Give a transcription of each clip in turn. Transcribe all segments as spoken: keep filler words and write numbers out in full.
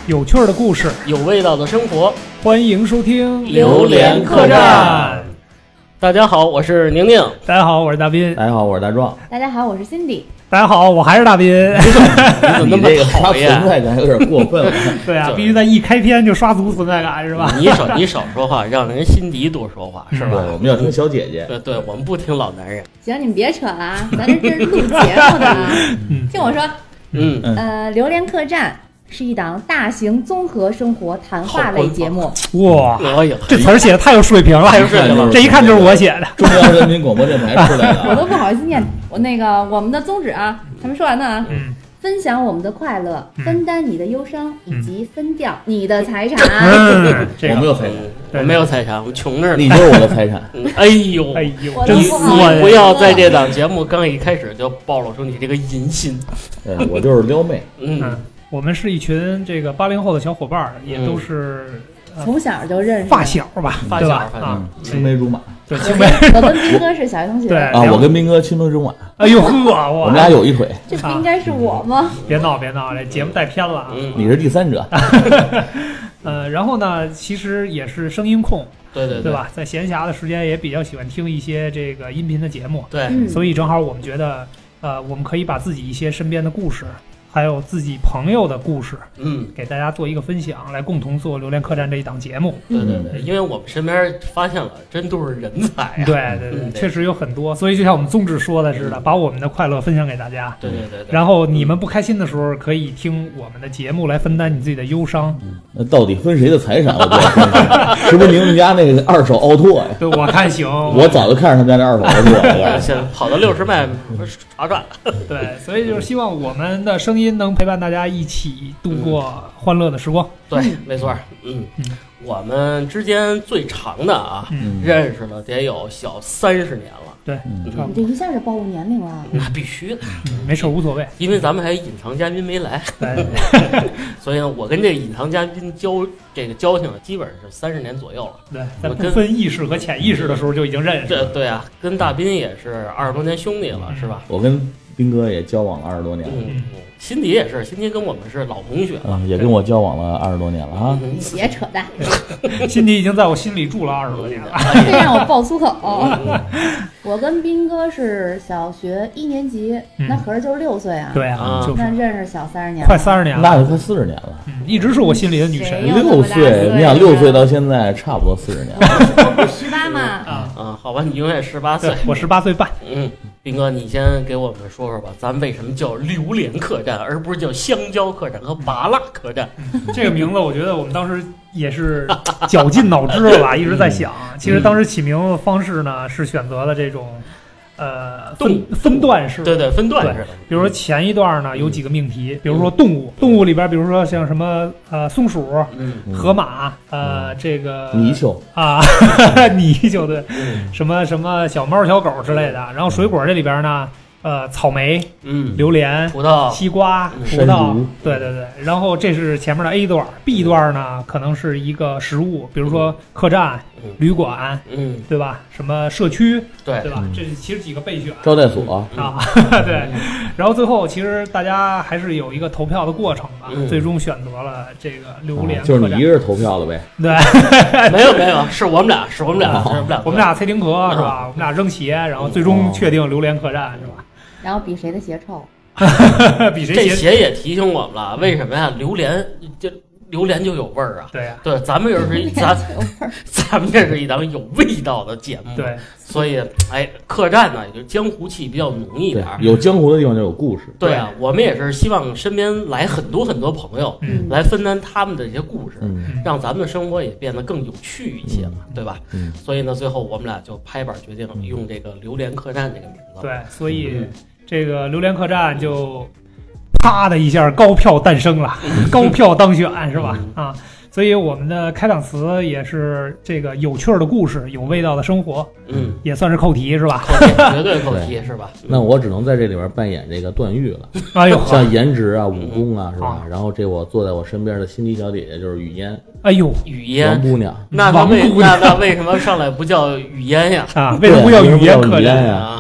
有趣的故事， 有味道的生活， 欢迎收听榴莲客栈。大家好，我是宁宁。 大家好，我是大斌。 大家好，我是大壮。 大家好，我是 Cindy。 大家好，我还是大斌。 你怎么那么讨厌？ 存在感有点过分了。 对啊，必须在一开篇就刷足存在感，是吧？ 你少你少说话，让人辛迪多说话，是吧？ 对，我们要听小姐姐。 对对，我们不听老男人。 行，你们别扯了啊，咱这是录节目的啊。听我说， 嗯呃，榴莲客栈是一档大型综合生活谈话类节目。 哇， 哎呀， 这词儿写的太有水平了， 太有水平了， 这一看就是我写的。 中央人民广播电台出来的， 我都不好意思念。我那个我们的宗旨啊，还没说完呢啊。 嗯。 分享我们的快乐，分担你的忧伤，以及分掉你的财产。 嗯，这个我没有财产， 我没有财产，我穷着呢。 你就是我的财产。 哎呦， 哎呦， 真你酸！ 不要在这档节目刚一开始就暴露出你这个隐心。 对，我就是撩妹。 嗯， 我们是一群这个八零后的小伙伴，也都是从小就认识发小吧， 发对吧？ 小啊， 青梅竹马。 对，青梅。 我跟斌哥是小学同学。 对啊，我跟斌哥青梅竹马。 哎呦呵， 我们俩有一腿。 这不应该是我吗？ 别闹别闹，这节目带偏了啊！ 你是第三者。 呃，然后呢，其实也是声音控， 对对对吧？在闲暇的时间也比较喜欢听一些这个音频的节目， 对， 嗯所以正好我们觉得，呃，我们可以把自己一些身边的故事，还有自己朋友的故事， 嗯， 给大家做一个分享，来共同做《榴莲客栈》这一档节目。 对对对，因为我们身边发现了，真都是人才啊！ 对对对，确实有很多，所以就像我们宗旨说的似的，把我们的快乐分享给大家。 对对对对。 然后你们不开心的时候，可以听我们的节目来分担你自己的忧伤。 那到底分谁的财产？我不知道，是不是你们家那个二手奥拓呀？ 对，我看行。 我早就看上他们家那二手奥拓了。 现在跑到六十迈查转。 对，所以就是希望我们的声音能陪伴大家一起度过欢乐的时光。 对，没错。嗯嗯，我们之间最长的啊， 嗯、 认识了得有小三十年了。 对， 嗯、 你这一下就暴露年龄了。 那必须的、 嗯，没事，无所谓。 因为咱们还隐藏嘉宾没来， 对所以呢，我跟这个隐藏嘉宾交这个交情基本是三十年左右了。 对，在不分意识和潜意识的时候就已经认识了。 这对啊，跟大斌也是二十多年兄弟了， 嗯、 是吧？ 我跟斌哥也交往了二十多年了。 嗯，辛迪也是，辛迪跟我们是老同学了， 嗯，也跟我交往了二十多年了啊。 你别扯淡， 辛迪已经在我心里住了二十多年了， 别让我爆粗口。我跟斌哥是小学一年级， 嗯、 那合着就是六岁啊。 对啊，就是那认识小三十年， 快三十年了， 那就快四十年了。 嗯，一直是我心里的女神。 六岁，你想六岁到现在差不多四十年了。 十八嘛。 啊啊，好吧，你永远十八岁， 我十八岁半。 嗯，斌哥，你先给我们说说吧，咱为什么叫榴莲客栈，而不是叫香蕉客栈和麻辣客栈？ 嗯、这个名字，我觉得我们当时也是绞尽脑汁了吧，一直在想。其实当时起名的方式呢，是选择了这种。呃，分分段式， 对对，分段式的。 比如说前一段呢有几个命题，比如说动物，动物里边，比如说像什么呃松鼠、 嗯、 河马，呃这个泥鳅啊，泥鳅对，什么什么小猫小狗之类的。然后水果这里边呢，呃草莓、 嗯榴莲、 葡萄、 西瓜、葡萄，对对对。然后这是前面的 A 段 ，B 段呢可能是一个食物，比如说客栈。旅馆， 嗯， 对吧？什么社区， 对对吧？这是其实几个备选， 招待所啊，对。然后最后其实大家还是有一个投票的过程吧， 嗯、 最终选择了这个榴莲、 啊，就是你一个人投票的呗？ 对， 没有没有，是我们俩，是我们俩，是我们俩， 我们俩猜丁壳是吧？我们俩扔鞋，然后最终确定榴莲客栈是吧？ 然后比谁的鞋臭， 比谁这鞋也提醒我们了，为什么呀？榴莲就。榴莲就有味儿啊！ 对呀、啊， 对，咱们这是咱咱们这是一档有味道的节目， 对， 所以哎，客栈呢，也就江湖气比较浓一点， 有江湖的地方就有故事。 对啊，我们也是希望身边来很多很多朋友， 嗯， 来分担他们的这些故事， 嗯， 让咱们的生活也变得更有趣一些嘛， 嗯、 对吧？ 嗯， 所以呢，最后我们俩就拍板决定用这个榴莲客栈这个名字。 对，所以这个榴莲客栈就。啪的一下，高票诞生了，高票当选是吧？啊，所以我们的开场词也是这个有趣的故事，有味道的生活， 嗯， 也算是扣题是吧？ 扣题，绝对扣题是吧？ 那我只能在这里边扮演这个段誉了。 哎呦， 像颜值啊、武功啊，是吧？然后这我坐在我身边的心机小姐姐就是雨嫣。 哎呦， 雨嫣， 王姑娘， 那她为那那为什么上来不叫雨嫣呀？ 啊，为什么不叫雨嫣客栈呀？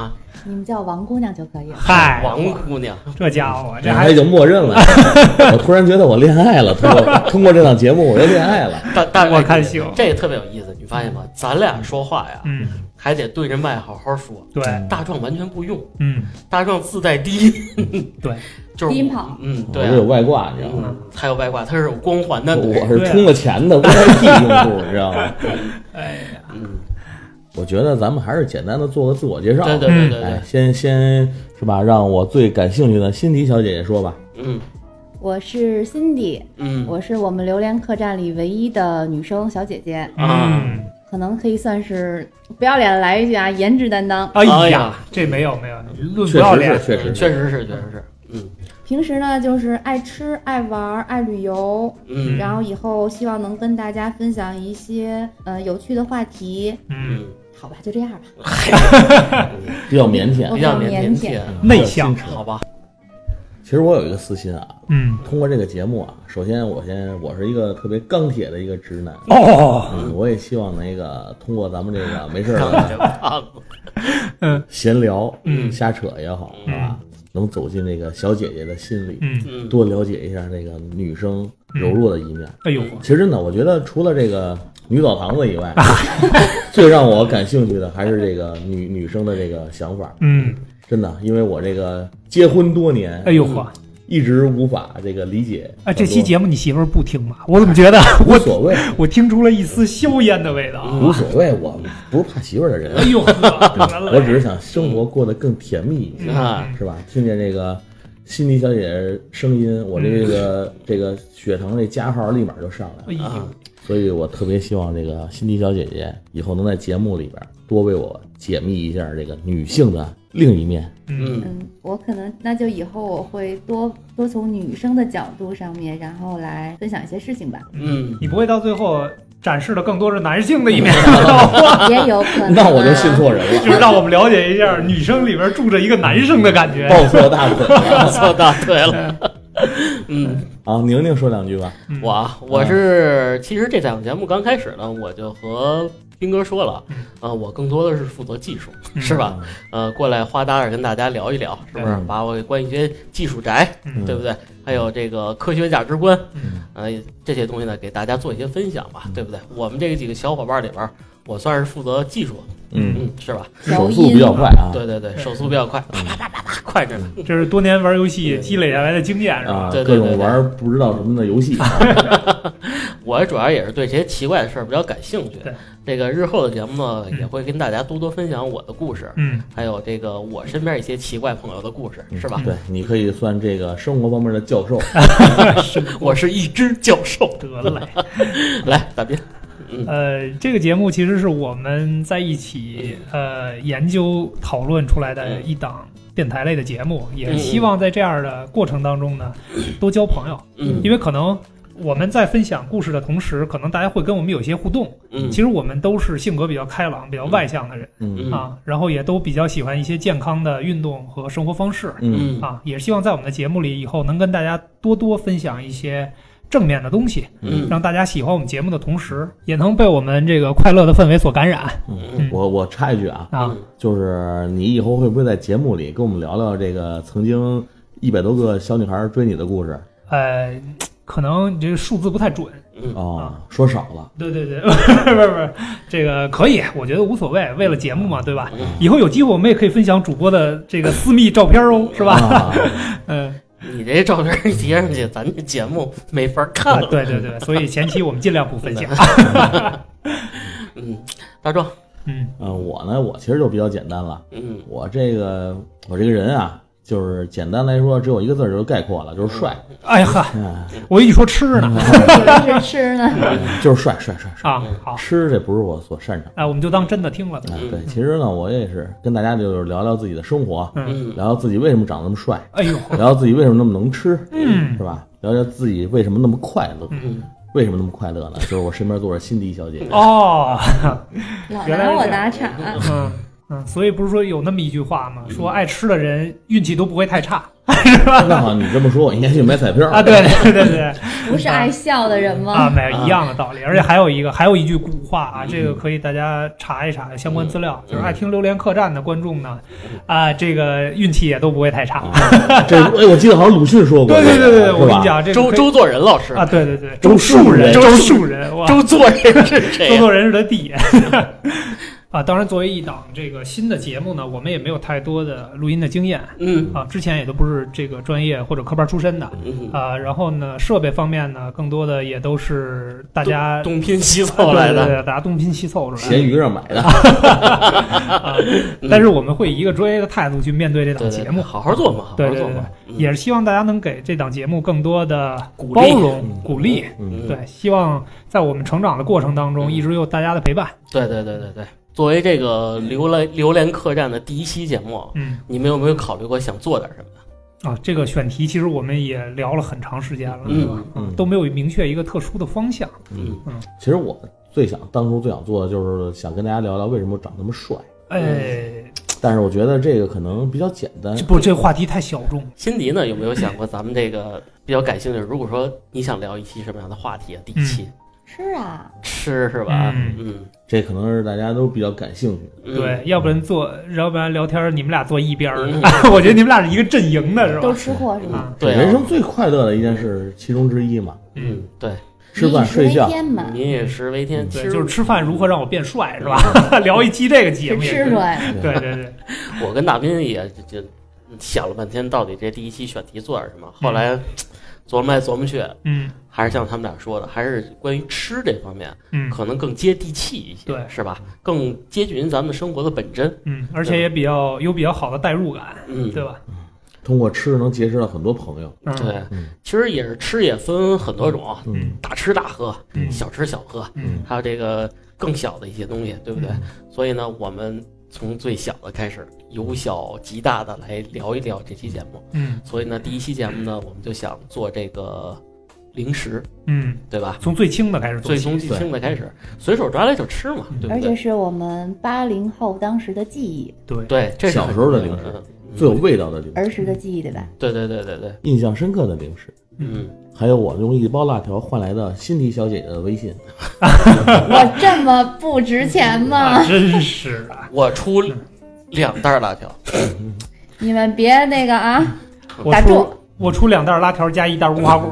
你们叫王姑娘就可以了。 嗨， 王姑娘， 这家伙这他还已经默认了。我突然觉得我恋爱了，通过通过这档节目我又恋爱了。 但但我看行， 这个特别有意思，你发现吗？咱俩说话呀， 嗯， 还得对着麦好好说。 对， 大壮完全不用， 嗯， 大壮自带低音， 对， 就是低音炮， 嗯，对、啊， 我这有外挂，你知道吗？ 嗯，还有外挂，它是有光环的。 我是充了钱的 V I P 用户，你知道吗？ 哎呀， 嗯， 我觉得咱们还是简单的做个自我介绍。 对对对对对， 哎，先先是吧，让我最感兴趣的辛迪小姐姐说吧。 嗯我是 Cindy， 嗯， 我是我们榴莲客栈里唯一的女生小姐姐， 啊嗯， 可能可以算是不要脸来一句啊，颜值担当。 哎呀哎呀， 这没有没有，论确不要脸， 实是，确实是。 确实是，确实是，嗯平时呢就是爱吃、爱玩、爱旅游， 嗯然后以后希望能跟大家分享一些呃有趣的话题。 嗯， 嗯， 好吧，就这样吧。 比较腼腆我。 比较腼腼腆内向， 好吧， 其实我有一个私心啊， 嗯， 通过这个节目啊，首先我先我是一个特别钢铁的一个直男， 哦， 嗯，我也希望那个通过咱们这个没事儿刚才的胖子， 嗯闲聊， 嗯瞎扯也好，是吧？能走进这个小姐姐的心里， 嗯， 嗯， 多了解一下这个女生柔弱的一面。 哎呦， 其实真的，我觉得除了这个女澡堂子以外，最让我感兴趣的还是这个女女生的这个想法。 嗯， 真的，因为我这个结婚多年， 哎呦呵， 一直无法这个理解。 哎，这期节目你媳妇儿不听吗？我怎么觉得无所谓， 我听出了一丝硝烟的味道？ 无所谓，我不是怕媳妇儿的人。 哎呦呵，原来我只是想生活过得更甜蜜一些， 啊是吧？听见这个辛迪小姐姐声音，我这个这个血糖这加号立马就上来了。 哎呦， 所以我特别希望这个辛迪小姐姐以后能在节目里边多为我解密一下这个女性的另一面。 嗯嗯，我可能那就以后我会多多从女生的角度上面，然后来分享一些事情吧。 嗯， 你不会到最后展示的更多是男性的一面，知道吗？ 也有可能、啊。 那我就信错人了， 就是让我们了解一下女生里边住着一个男生的感觉。 抱错大腿了错大腿了。嗯， 啊！宁宁说两句吧。 嗯我啊，我是其实这档节目刚开始呢，我就和斌哥说了，啊、我更多的是负责技术， 嗯是吧？呃，过来花搭着跟大家聊一聊，是不是？ 嗯把我关于一些技术宅， 嗯对不对？还有这个科学价值观， 嗯呃，这些东西呢，给大家做一些分享吧，对不对？我们这几个小伙伴里边，我算是负责技术， 嗯， 嗯，是吧？ 手速比较快啊。 对对对，手速比较快，啪啪啪啪啪，快着呢。 这是多年玩游戏积累下来的经验，是吧？ 啊， 对对对对各种玩不知道什么的游戏。 我主要也是对这些奇怪的事儿比较感兴趣。 对， 这个日后的节目呢， 嗯也会跟大家多多分享我的故事， 嗯， 还有这个我身边一些奇怪朋友的故事，是吧？ 对，你可以算这个生活方面的教授。 我是一只教授。 得嘞。 来，大斌，嗯呃，这个节目其实是我们在一起呃研究讨论出来的一档电台类的节目，也是希望在这样的过程当中呢，多交朋友， 嗯因为可能我们在分享故事的同时，可能大家会跟我们有一些互动。 嗯， 其实我们都是性格比较开朗、比较外向的人嗯嗯啊，然后也都比较喜欢一些健康的运动和生活方式嗯嗯啊，也希望在我们的节目里以后能跟大家多多分享一些正面的东西， 嗯让大家喜欢我们节目的同时，也能被我们这个快乐的氛围所感染嗯，我我插一句啊， 啊。 就是你以后会不会在节目里跟我们聊聊这个曾经一百多个小女孩追你的故事？ 呃，可能你这个数字不太准。 嗯哦，说少了。 对对对，不是不是不是，这个可以，我觉得无所谓，为了节目嘛，对吧？以后有机会我们也可以分享主播的这个私密照片哦，是吧？ 啊嗯， 你这照片一贴上去，咱这节目没法看啊了。 对对对，所以前期我们尽量不分享。 嗯，大壮， 嗯呃，我呢，我其实就比较简单了。 嗯我这个我这个人啊，就是简单来说，只有一个字儿就概括了，就是帅。 哎呀呵， 哎， 我跟你说吃呢以为是吃呢。 就是帅帅帅帅。 啊，好， 吃这不是我所擅长。 哎，我们就当真的听了。 哎，对，其实呢，我也是跟大家就是聊聊自己的生活， 嗯， 嗯聊聊自己为什么长得那么帅， 哎呦， 聊聊自己为什么那么能吃， 嗯是吧？聊聊自己为什么那么快乐。 嗯为什么那么快乐呢？就是我身边坐着辛迪小姐姐。 哦， 老原来是拿我这样打岔， 嗯嗯，所以不是说有那么一句话吗？说爱吃的人运气都不会太差。 那好，你这么说，我应该去买彩票啊！对对对对， 不是爱笑的人吗？ 啊，没有一样的道理。而且还有一个，还有一句古话啊，这个可以大家查一查相关资料。就是爱听榴莲客栈的观众呢，啊，这个运气也都不会太差。 这哎，我记得好像鲁迅说过。 对对对对，我跟你讲，这周周作人老师啊，对对对， 周树人， 周树人， 周作人是谁？ 周作人是他弟。啊，当然，作为一档这个新的节目呢，我们也没有太多的录音的经验， 嗯啊，之前也都不是这个专业或者科班出身的， 嗯啊，然后呢，设备方面呢，更多的也都是大家东拼西凑来的， 对对对，大家东拼西凑出来的， 闲鱼上买的。 啊，但是我们会以一个专业的态度去面对这档节目， 好好做嘛，好对对对好做嘛， 也是希望大家能给这档节目更多的鼓励包容、鼓励， 嗯， 对，希望在我们成长的过程当中，一直有大家的陪伴。 对对对对对。作为这个榴莲榴莲客栈的第一期节目， 嗯， 你们有没有考虑过想做点什么的？ 啊，这个选题其实我们也聊了很长时间了， 嗯是吧？ 嗯都没有明确一个特殊的方向。 嗯嗯， 其实我最想当初最想做的就是想跟大家聊聊为什么长那么帅， 哎， 但是我觉得这个可能比较简单。 这不，这个话题太小众。 辛迪呢，有没有想过咱们这个比较感兴趣？如果说你想聊一期什么样的话题啊？第一期、 吃啊， 吃是吧？ 嗯嗯， 这可能是大家都比较感兴趣。 嗯对，要不然做，要不然聊天，你们俩坐一边儿， 嗯我觉得你们俩是一个阵营的，是吧？ 都吃货是吗？ 啊， 对啊人生最快乐的一件事其中之一嘛， 嗯，对， 吃饭民以食为睡觉。 天嘛， 民以食为天，其对， 实就是吃饭如何让我变帅，是吧？聊一期这个节是目也是， 吃出来的。 对对对， 我跟大斌也就就想了半天，到底这第一期选题做点什么？后来琢磨来琢磨去， 嗯还是像他们俩说的，还是关于吃这方面， 嗯可能更接地气一些， 对是吧？更接近于咱们生活的本真， 嗯，而且也比较有比较好的代入感， 嗯， 对吧？ 通过吃能结识到很多朋友。 嗯， 对嗯， 其实也是吃也分很多种， 嗯大吃大喝， 嗯小吃小喝， 嗯还有这个更小的一些东西，对不对？所以呢，我们从最小的开始，由小及大的来聊一聊这期节目。 嗯所以呢，第一期节目呢，我们就想做这个零食， 嗯， 对吧？ 从最轻的开始做起， 最从最轻的开始，随手抓来就吃嘛，对不对？ 而且是我们八零后当时的记忆， 对对，这是小时候的零食嗯最有味道的零食， 儿时的记忆，对吧？ 对对对对对， 印象深刻的零食， 嗯， 还有我用一包辣条换来的辛迪小姐姐的微信。 我这么不值钱吗啊？真是的。 我出两袋辣条， 你们别那个啊！ 我出打住我出两袋辣条加一袋无花果，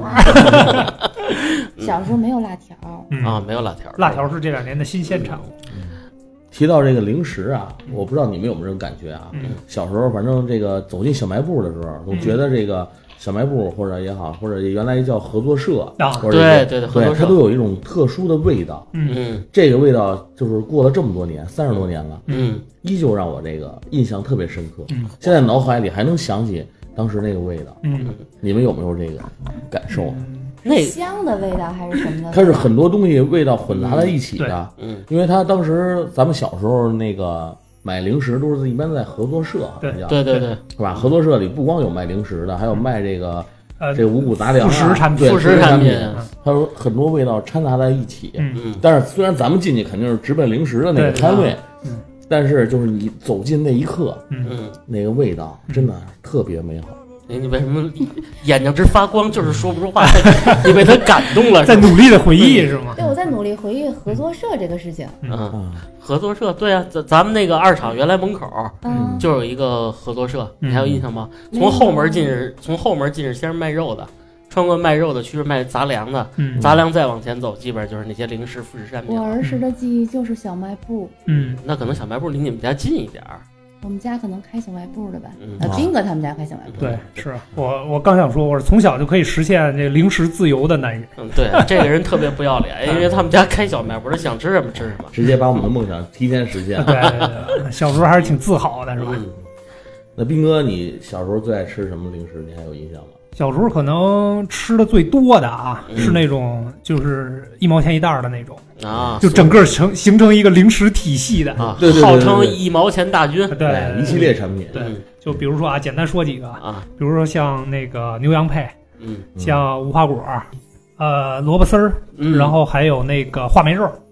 小时候没有辣条， 嗯啊，没有辣条， 辣条是这两年的新鲜产物。 提到这个零食啊，我不知道你们有没有这种感觉啊？ 嗯小时候反正这个走进小卖部的时候，总觉得这个小卖部或者也好，或者原来叫合作社啊或者这些对对对合作社它都有一种特殊的味道。 嗯嗯这个味道就是过了这么多年，三十多年了， 嗯， 依旧让我这个印象特别深刻。 嗯现在脑海里还能想起当时那个味道。 嗯你们有没有这个感受啊？ 那香的味道还是什么的？ 它是很多东西味道混杂在一起的。 嗯因为他当时咱们小时候那个买零食都是一般在合作社，好像叫对对对， 是吧？合作社里不光有卖零食的，还有卖这个呃这个五谷杂粮啊、 副食产品对副食产品品，还有很多味道掺杂在一起。 嗯嗯但是虽然咱们进去肯定是直奔零食的那个对摊位， 嗯但是就是你走进那一刻， 嗯嗯， 那个味道真的特别美好。 你你为什么眼睛直发光？就是说不出话，你被他感动了， 在是吧努力的回忆是吗？ 对，我在努力回忆合作社这个事情。 嗯， 啊， 合作社，对啊，咱咱们那个二厂原来门口嗯， 就有一个合作社， 嗯你还有印象吗？ 没有从后门进是，从后门进是先是卖肉的，穿过卖肉的区是卖杂粮的， 嗯杂粮再往前走，基本上就是那些零食、副食产品了。 我儿时的记忆就是小卖部， 嗯那可能小卖部离你们家近一点儿。 我们家可能开小卖部的吧？ 嗯呃，斌哥他们家开小卖部。 对，是我我刚想说，我是从小就可以实现这零食自由的男人。 嗯，对，这个人特别不要脸，因为他们家开小卖部，他想吃什么吃什么。 直接把我们的梦想提前实现。 对对对，小时候还是挺自豪的，是吧？ 嗯， 那斌哥，你小时候最爱吃什么零食？你还有印象吗？ 小时候可能吃的最多的啊， 嗯是那种就是一毛钱一袋儿的那种， 啊， 就整个成形成一个零食体系的。 啊， 对对对对号称一毛钱大军。 对， 哎一系列产品。 对嗯就比如说啊，简单说几个， 啊， 比如说像那个牛羊配， 嗯像无花果，呃，萝卜丝儿， 嗯， 然后还有那个话梅肉，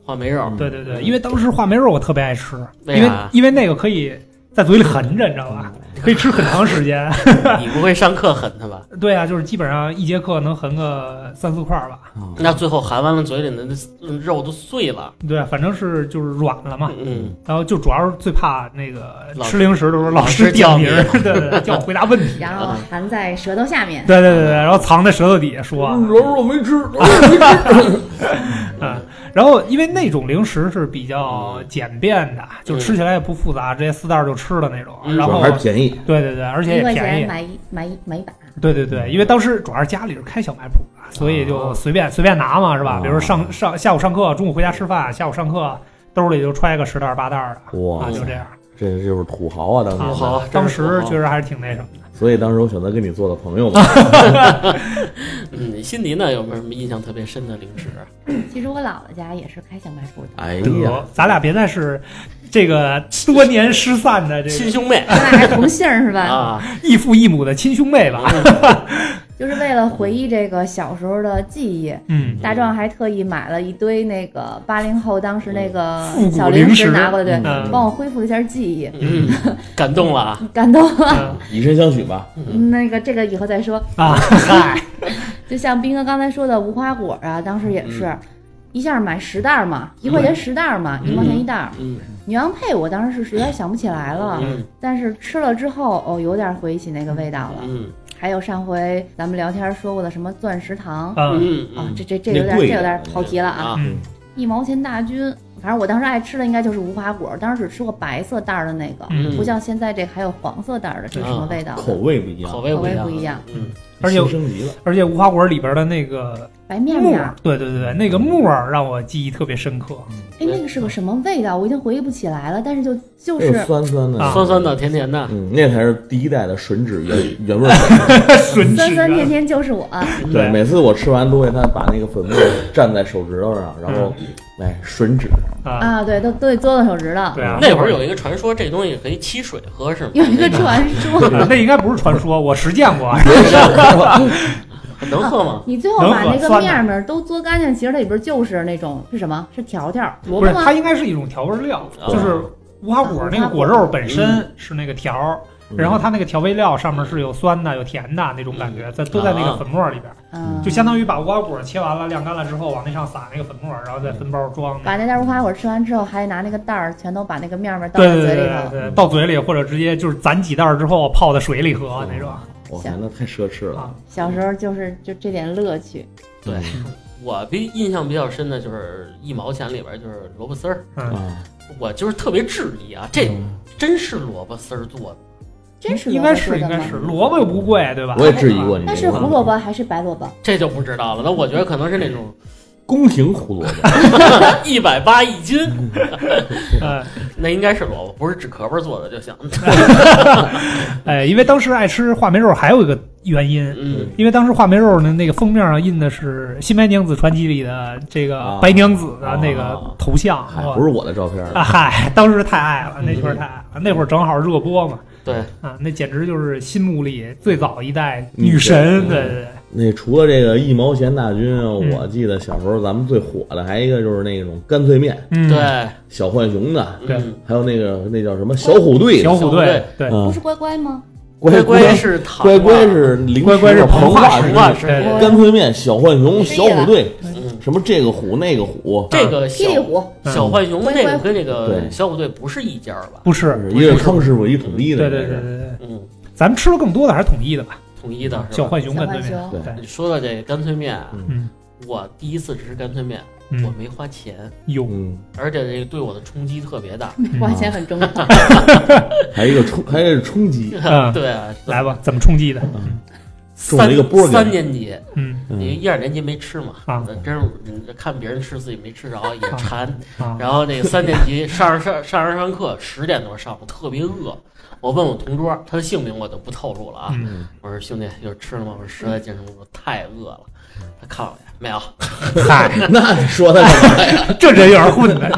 话梅肉， 对对对，因为当时话梅肉我特别爱吃， 为因为啥因为那个可以在嘴里含着，你知道吧？可以吃很长时间。 你不会上课狠它吧？ 对啊，就是基本上一节课能含个三四块吧。 啊那最后含完了嘴里的那肉都碎了。 对，反正是就是软了嘛。 嗯， 然后就主要是最怕那个老师吃零食的时候老老师师点叫名儿， 你对对对，叫我回答问题。 然后含在舌头下面。 对对对对，然后藏在舌头底下说。 肉肉没吃，肉肉没吃。 嗯，然后因为那种零食是比较简便的，就吃起来也不复杂，直接撕袋儿就吃的那种。 嗯然后还是便宜， 对对对，而且一块也便宜。 钱买一买一买一把。 对对对，因为当时主要是家里是开小卖铺的，所以就随便随便拿嘛，是吧？ 哦比如说上上下午上课，中午回家吃饭，下午上课兜里就揣个十袋儿八袋儿的哇啊，就这样这就是土豪啊！当啊。 时， 豪当真是土豪时确实还是挺那什么的。 所以当时我选择跟你做的朋友嘛。 嗯，辛迪呢有没有什么印象特别深的零食？ 其实我姥姥家也是开小卖部的， 哎呀， 得，咱俩别再是这个多年失散的这个亲兄妹咱俩还同姓儿是吧？ 啊， 异父异母的亲兄妹吧？ 就是为了回忆这个小时候的记忆， 嗯， 大壮还特意买了一堆那个八零后当时那个复古小零零食食拿过来，对， 嗯帮我恢复了一下记忆， 嗯，感动了啊。 感动了。 嗯以身相许吧。 嗯那个这个以后再说。 啊，嗨， 就像斌哥刚才说的无花果啊，当时也是。一下买十袋儿嘛，一块钱十袋儿嘛，一毛钱一袋儿。 嗯牛羊配我当时是实在想不起来了， 嗯但是吃了之后，哦，有点回忆起那个味道了。 嗯还有上回咱们聊天说过的什么钻石糖嗯嗯啊，这这这有点那贵这有点的跑题了啊。 啊， 嗯一毛钱大军，反正我当时爱吃的应该就是无花果，当时只吃过白色袋儿的那个， 嗯不像现在这个还有黄色袋儿的，这是什么味道的？ 口味不一样， 口味不一样， 口味不一样。 嗯， 而且新升级了。 而且无花果里边的那个白面沫儿面儿，， 对对对对，那个沫儿让我记忆特别深刻。 哎，那个是个什么味道？我已经回忆不起来了，但是就就那个是酸酸的， 啊酸酸的，甜甜的。 嗯，那才是第一代的吮指原原味粉。 吮酸酸指甜甜就是我。 对， 对每次我吃完都会他把那个粉末蘸在手指头上，然后来吮指。 啊， 啊，对，都都得嘬到手指头。 对啊， 那会儿有一个传说，这东西可以沏水喝，是吗？ 有一个传说， 啊那应该不是传说，我实践过。 能喝吗？ 你最后把那个能喝酸的面面都嘬干净，其实它里边就是那种是什么？是条条萝不是， 卜吗它？应该是一种调味料， 哦就是无花果那个果肉本身是那个条儿， 嗯然后它那个调味料上面是有酸的、有甜的那种感觉，在都在那个粉末里边， 嗯， 就相当于把无花果切完了、晾干了之后，往那上撒那个粉末，然后再分包装。 把那袋无花果吃完之后，还拿那个袋儿全都把那个面面倒对对对在嘴里头。 对对，到嘴里或者直接就是攒几袋儿之后泡在水里喝那种我天，那太奢侈了啊。 小时候就是就这点乐趣。 对，我比印象比较深的就是一毛钱里边就是萝卜丝儿， 嗯， 啊， 我就是特别质疑啊，这嗯真是萝卜丝儿做的？ 真是应该萝卜做的吗是应该是，萝卜又不贵，对吧？ 我也质疑过你那是这个话胡萝卜还是白萝卜？ 这就不知道了。那我觉得可能是那种宫廷胡萝卜。 一百八一斤， 嗯， 那应该是萝卜，不是纸壳儿做的就行。 哎，因为当时爱吃话梅肉，还有一个原因， 嗯因为当时话梅肉呢，那个封面上印的是《新白娘子传奇》里的这个啊白娘子的那个头像， 嗨， 哇不是我的照片啊，嗨，当时太爱了，那圈儿太爱了，那会儿正好热播嘛， 对， 啊，那简直就是心目里最早一代女神，对对对， 那除了这个一毛钱大军啊， 嗯我记得小时候咱们最火的还有一个就是那种干脆面， 嗯， 对， 小浣熊的， 对嗯还有那个那叫什么小虎队的， 小虎队小虎队， 对， 嗯不是乖乖吗？ 乖乖是糖乖乖是零乖乖是膨膨化食膨化食对对干脆面、小浣熊、 失忆了小虎队， 嗯， 什么这个虎那个虎， 这个小霹雳虎， 小浣熊乖乖这个跟这个对小虎队不是一家儿吧？ 不是， 一个是康师傅，一个统一的， 对对对应该是对对， 嗯， 咱们吃的更多的还是统一的吧， 统一的是吧？ 小浣熊小干脆面， 浣熊， 对， 你说到这个干脆面啊， 嗯我第一次吃干脆面，我嗯， 没花钱， 有， 嗯， 而且这个对我的冲击特别大。 花钱很重要。 还有一个冲，还有一个冲击， 嗯， 对啊， 来吧，怎么冲击的？ 中了一个波儿给三年级， 嗯因为一二年级没吃嘛， 啊真是看别人吃自己没吃着也馋。 啊， 然后那个三年级上着上上着上课，十点多上，我特别饿。我问我同桌，他的姓名我就不透露了啊。 嗯我说兄弟，有吃了吗？我说实在精神不足，太饿了。他看了我一眼，没有。 嗨， 那你说他干嘛呀？ 这人缘混的，你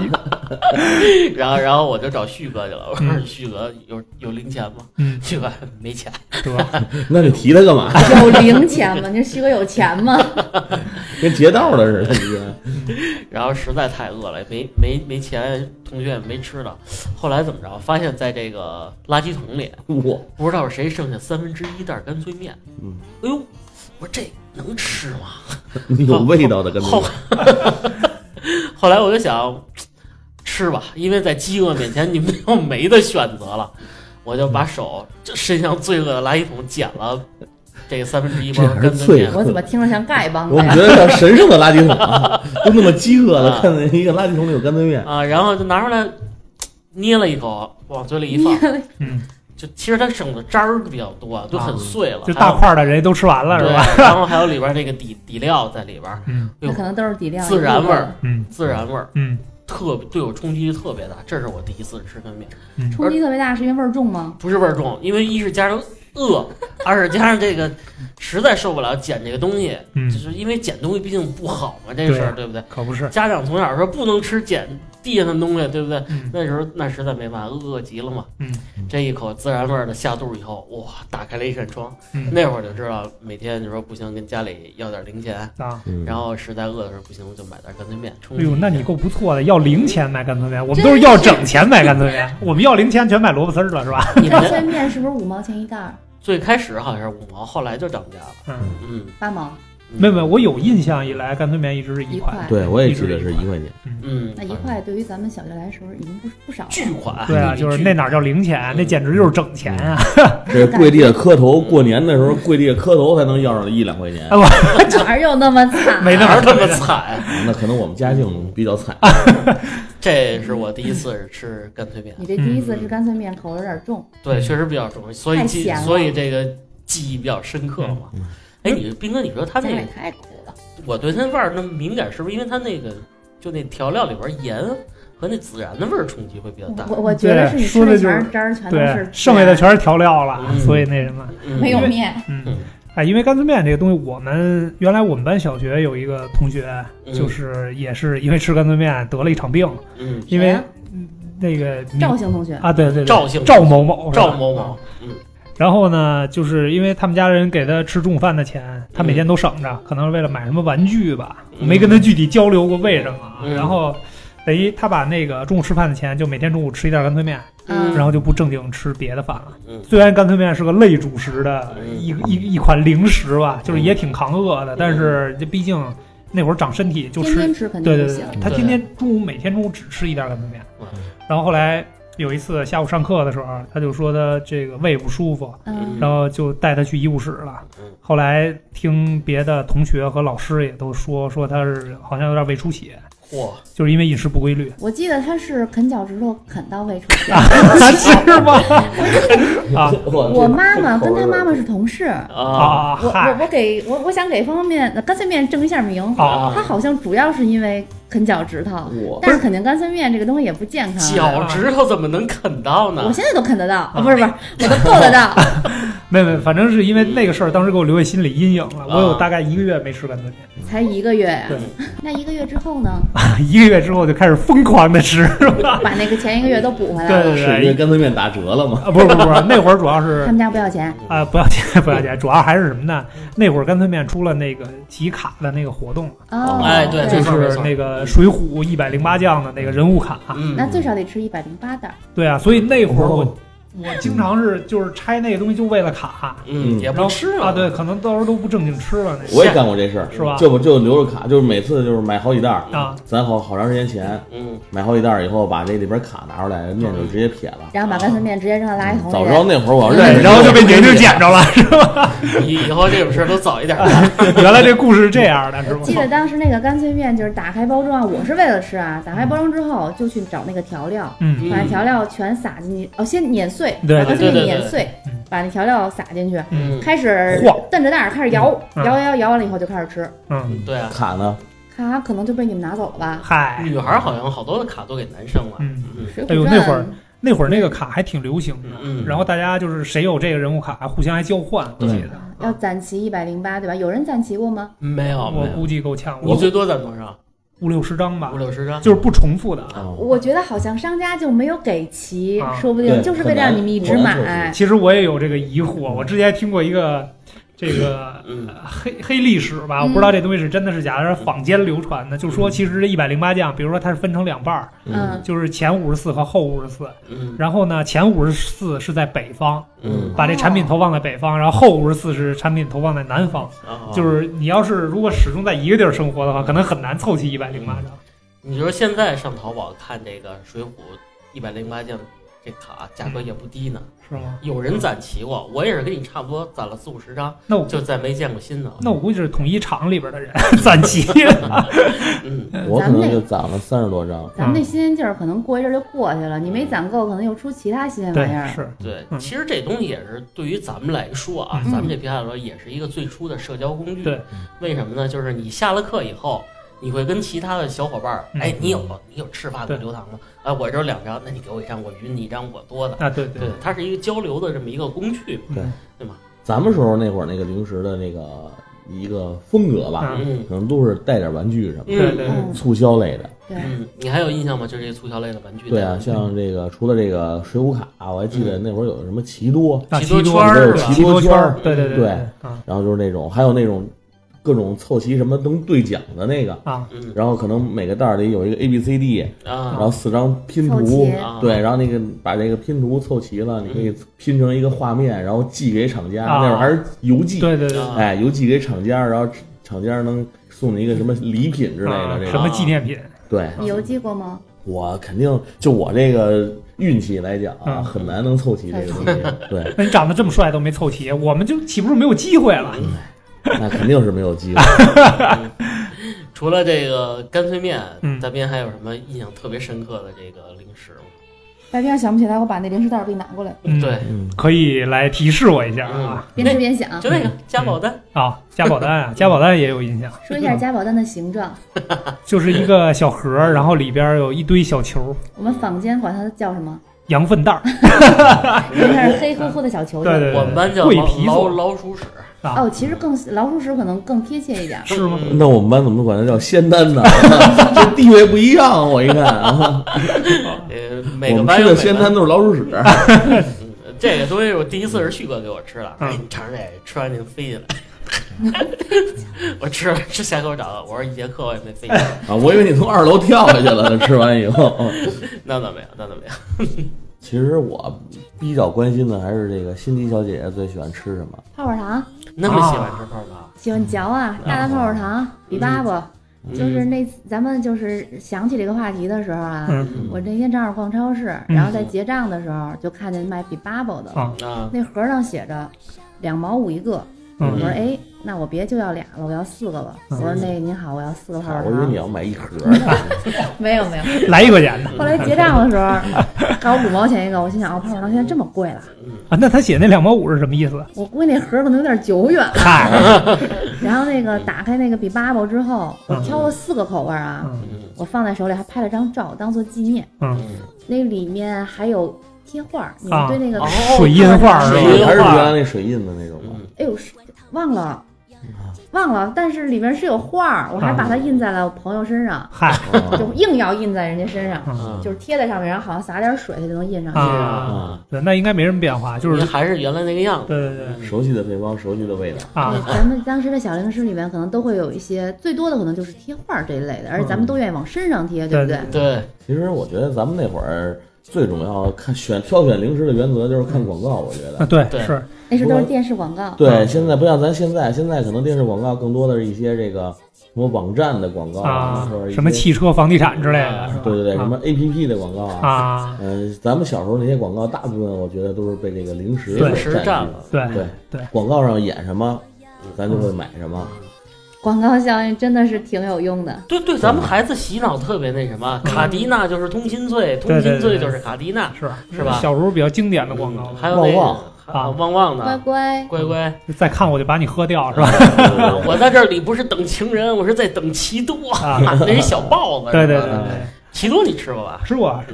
然后然后我就找旭哥去了，我说嗯旭哥有有零钱吗？ 嗯， 旭哥没钱。 对吧？ 那你提他干嘛？ 有零钱吗？你说旭哥有钱吗？ 跟劫道的似的，你这。 然后实在太饿了，没没没钱，同学也没吃的。后来怎么着？发现在这个垃圾桶里， 哇， 不知道是谁剩下三分之一袋干脆面。 嗯， 哎呦，我说这能吃吗？ 有味道的跟后那后来我就想吃吧，因为在饥饿面前你没有没得选择了，我就把手就伸向罪恶的垃圾桶捡了这个三分之一包干脆面。 我怎么听着像丐帮我的呀？ 觉得像神圣的垃圾桶啊，都那么饥饿的，看见一个垃圾桶里有干脆面啊，然后就拿出来捏了一口，往嘴里一放， 嗯， 就其实它省的渣儿比较多，就很碎了， 就大块的人都吃完了是吧？ 对，然后还有里边那个底底料在里边， 嗯那可能都是底料， 自然味儿， 嗯自然味儿， 嗯特别对我冲击力特别大。这是我第一次吃干面， 嗯， 冲击特别大，是因为味儿重吗？ 不是味儿重，因为一是加上饿，二是加上这个实在受不了捡这个东西， 嗯就是因为捡东西毕竟不好嘛，这事儿对不对？ 可不是。 家长从小说不能吃捡地上的东西，对不对？ 嗯那时候那实在没办法，饿极了嘛。 嗯， 这一口自然味儿的下肚以后，哇，打开了一扇窗。 嗯那会儿就知道，每天就说不行，跟家里要点零钱， 啊， 嗯然后实在饿的时候不行，就买点干脆面充哎呦， 饥一下。 那你够不错的，要零钱买干脆面，我们都是要整钱买干脆面，我们要零钱全买萝卜丝儿了是吧？ 你们干脆面是不是五毛钱一袋儿？ 最开始好像是五毛，后来就涨价了。 嗯， 嗯， 八毛？ 没有没有，我有印象以来干脆面一直是一块。 一块对，我也记得是一块钱。 嗯， 那一块对于咱们小学来说已经不不少了。 巨款。 对啊，就是那哪叫零钱，那简直就是整钱啊！ 这跪地下磕头，过年的时候跪地下磕头才能要上一两块钱。 哎我哪有那么惨？ 没那么哪儿这么惨？ 啊那可能我们家境比较惨。 这是我第一次吃干脆面， 你这第一次吃干脆面口味有点重。 对，确实比较重，所以记， 太咸了所以这个记忆比较深刻嘛。 嗯哎，你斌哥，你说他家里那个， 太苦了。 我对它味儿那么敏感，是不是因为它那个就那调料里边盐和那孜然的味儿冲击会比较大？ 我我觉得是你吃的全是汁儿，全都对是， 剩下的全是调料了， 嗯所以那什么， 嗯没有面。 嗯嗯。 哎，因为干脆面这个东西，我们原来我们班小学有一个同学， 嗯就是也是因为吃干脆面得了一场病， 嗯， 因为谁呀嗯那个赵姓同学， 啊，对对对， 赵姓赵某某，是吧赵某某，嗯然后呢，就是因为他们家人给他吃中午饭的钱，他每天都省着，可能是为了买什么玩具吧。我没跟他具体交流过为什么。 嗯然后等于他把那个中午吃饭的钱，就每天中午吃一袋干脆面， 嗯然后就不正经吃别的饭了。 嗯虽然干脆面是个类主食的嗯一一一款零食吧，就是也挺抗饿的，但是这毕竟那会儿长身体就吃， 天天吃肯对对定不行。， 对他天天中午每天中午只吃一袋干脆面嗯， 然后后来。有一次下午上课的时候，他就说他这个胃不舒服， 嗯， 然后就带他去医务室了嗯。 后来听别的同学和老师也都说，说他是好像有点胃出血， 嚯， 就是因为饮食不规律。 我记得他是啃脚趾头啃到胃出血。 是吗？啊我妈妈跟他妈妈是同事， 啊， 啊！ 我我嗨我给我我想给方便面干脆面正一下名。 啊！ 他好像主要是因为啃脚趾头， 我但是肯定干脆面这个东西也不健康啊。 脚趾头怎么能啃到呢我？现在都啃得到啊，不是不是，我都够得到。 没没，反正是因为那个事儿，当时给我留下心理阴影了。我有大概一个月没吃干脆面， 才一个月呀对， 那一个月之后呢， 一个月之后就开始疯狂的吃，是吧？ 把那个前一个月都补回来对了。 是因为干脆面打折了吗？ 啊，不是不是不是，那会儿主要是他们家不要钱， 啊、不要钱不要钱，主要还是什么呢？那会儿干脆面出了那个集卡的那个活动， 哦， 哎对就没错没错是那个水浒一百零八将的那个人物卡。 嗯， 那最少得吃一百零八袋儿。 对啊，所以那会儿我、 哦我经常是就是拆那个东西就为了卡嗯也不吃了啊，对，可能到时候都不正经吃了那个我也干过这事儿， 是吧就就留着卡，就是每次就是买好几袋儿， 啊， 攒好好长时间钱， 嗯， 买好几袋儿以后，把这里边卡拿出来，面就直接撇了。 然后把干脆面直接扔到垃圾桶里。 早知道那会儿我要对， 认识， 然后就被宁宁捡着了，是吧？ 以以后这种事儿都早一点。 原来这故事是这样的，是吗？ 记得当时那个干脆面就是打开包装，我是为了吃啊，打开包装之后就去找那个调料， 嗯把调料全撒进去，哦，先碾碎， 对把干脆对对对面碾碎嗯， 把那调料撒进去， 嗯开始晃瞪着袋儿开始摇， 嗯摇摇摇，摇完了以后就开始吃。 嗯， 对啊， 卡呢？ 卡可能就被你们拿走了吧？ 嗨， 女孩好像好多的卡都给男生了。 嗯， 嗯水哎呦浒那会儿传那会儿那个卡还挺流行的， 嗯， 然后大家就是谁有这个人物卡，互相还交换，我记得。 要攒齐一百零八，对吧？有人攒齐过吗？ 没有，没有我估计够呛。 你最多攒多少？ 五六十张吧五，六十张， 就是不重复的。 啊， 我觉得好像商家就没有给齐， 啊说不定对就是为了让你们一直很难买。 其实我也有这个疑惑，我之前听过一个这个嗯呃黑黑历史吧，我不知道这东西是真的是假的，是坊间流传的，就是说其实这一百零八将，比如说它是分成两半儿， 嗯就是前五十四和后五十四， 嗯然后呢前五十四是在北方， 嗯把这产品投放在北方，然后后五十四是产品投放在南方。 啊， 就是你要是如果始终在一个地儿生活的话，可能很难凑齐一百零八张。 你说现在上淘宝看这个《水浒一百零八将》这卡，价格也不低呢。 是吗？ 有人攒齐过，我也是跟你差不多攒了四五十张， 那我就再没见过新的。 那我估计是统一厂里边的人攒齐了。 嗯， 我可能就攒了三十多张。 咱们那新鲜劲儿可能过一阵儿就过去了，你没攒够，可能又出其他新鲜玩意对， 儿。 是， 对， 嗯其实这东西也是对于咱们来说啊， 嗯咱们这平台来说也是一个最初的社交工具。 对， 为什么呢？就是你下了课以后，你会跟其他的小伙伴儿， 嗯哎，你有你有赤发对果流糖吗？哎，我这有两张，那你给我一张，我匀你一张，我多的。 啊，对对，它是一个交流的这么一个工具， 对对吗？ 咱们时候那会儿那个零食的那个一个风格吧， 嗯可能都是带点玩具什么的， 对对嗯， 促销类的。 对， 嗯，你还有印象吗？就这些促销类的玩具？ 对啊，像这个除了这个水浒卡，我还记得那会儿有什么奇多， 啊， 奇多多圈儿是吧奇多圈儿，对对对对啊然后就是那种还有那种各种凑齐什么能兑奖的那个， 啊， 嗯然后可能每个袋儿里有一个 A B C D，然啊后四张拼图凑齐， 啊， 对，然后那个把这个拼图凑齐了，你可以拼成一个画面，然后寄给厂家。 啊那会儿还是邮寄， 对对对， 啊哎，邮寄给厂家，然后厂家能送你一个什么礼品之类的这个。 啊什么纪念品？ 对， 你邮寄过吗？ 我肯定就我这个运气来讲啊， 嗯很难能凑齐这个东西。对， 那你长得这么帅都没凑齐，我们就岂不是没有机会了？ 那肯定是没有机会。 除了这个干脆面， 嗯大边还有什么印象特别深刻的这个零食吗？ 白边想不起来，我把那零食袋儿给你拿过来， 嗯， 对， 嗯， 可以来提示我一下啊边吃边想。 就那个加宝丹， 啊！加宝丹啊，加宝丹也有印象， 说一下加宝丹的形状， 就是一个小盒儿，然后里边有一堆小球， 我们坊间管它叫什么？ 羊粪蛋儿因为它是黑乎乎的小球球。 对对对我们班叫老桂皮老做老鼠屎， 啊， 哦，其实更老鼠屎可能更贴切一点。 是吗？ 嗯那我们班怎么管它叫仙丹呢？这地位不一样，我一看啊， 呃，每我们个班有每班吃的仙丹都是老鼠屎。 嗯这个东西我第一次是旭哥给我吃的， 嗯哎，你尝尝这个，吃完就飞起来。我吃了吃下口长，我说一节课我也没飞起来， 啊，我以为你从二楼跳下去了呢。吃完以后， 那倒没有，那倒没有。 其实我比较关心的还是这个辛迪小姐姐最喜欢吃什么。 泡泡糖， 那么喜欢吃泡泡， 喜欢嚼啊，大大泡泡糖，比巴巴。就是那咱们就是想起这个话题的时候啊， 嗯我那天正好逛超市， 嗯然后在结账的时候就看见卖比巴巴的， 啊， 啊， 那盒上写着两毛五一个。我嗯说哎，那我别就要俩了，我要四个吧。我说那您好，我要四个泡泡糖。 我以为你要买一盒呢。 没有没有。 来一块钱的后来结账的时候，搞五毛钱一个，我心想哦，泡泡糖现在这么贵了， 啊？那他写那两毛五是什么意思？ 我估计那盒可能有点久远。 嗨， 然后那个打开那个比巴巴之后，我挑了四个口味啊， 嗯我放在手里还拍了张照当做纪念。 嗯， 那里面还有贴画，你啊们对那个哦水印画是吧？ 水印还是原来那水印的那种吗？ 嗯哎呦，是忘了，忘了，但是里面是有画，我还把它印在了我朋友身上， 嗨哦就硬要印在人家身上， 嗯就是贴在上面，然后好像撒点水，它就能印上去。 啊，对，那应该没什么变化，就是你还是原来那个样子。 对对对熟悉的配方，熟悉的味道。 啊对，咱们当时的小零食里面可能都会有一些，最多的可能就是贴画这一类的，而且咱们都愿意往身上贴，对不对？ 对， 其实我觉得咱们那会儿最重要看选挑选零食的原则就是看广告，我觉啊得。 对对是那时候都是电视广告。 对，现在不像咱现在，现在可能电视广告更多的是一些这个什么网站的广告啊或者一，些什么汽车、房地产之类的，是吧？ 对对对， 啊什么 A P P 的广告啊。 啊， 嗯，咱们小时候那些广告，大部分我觉得都是被这个零食对零食所占据占了。 对对对， 广告上演什么，咱就会买什么。 广告效应真的是挺有用的。 对对，咱们孩子洗脑特别那什么，卡迪娜就是通心脆，通心脆就是卡迪娜， 是是吧小时候比较经典的广告嗯，还有那个旺啊旺旺乖的乖， 乖乖， 再看我就把你喝掉，是吧？ 我在这里不是等情人，我是在等奇多， 啊那是小豹子。 对对是吧对对， 奇多你吃过吧？ 吃过吃过，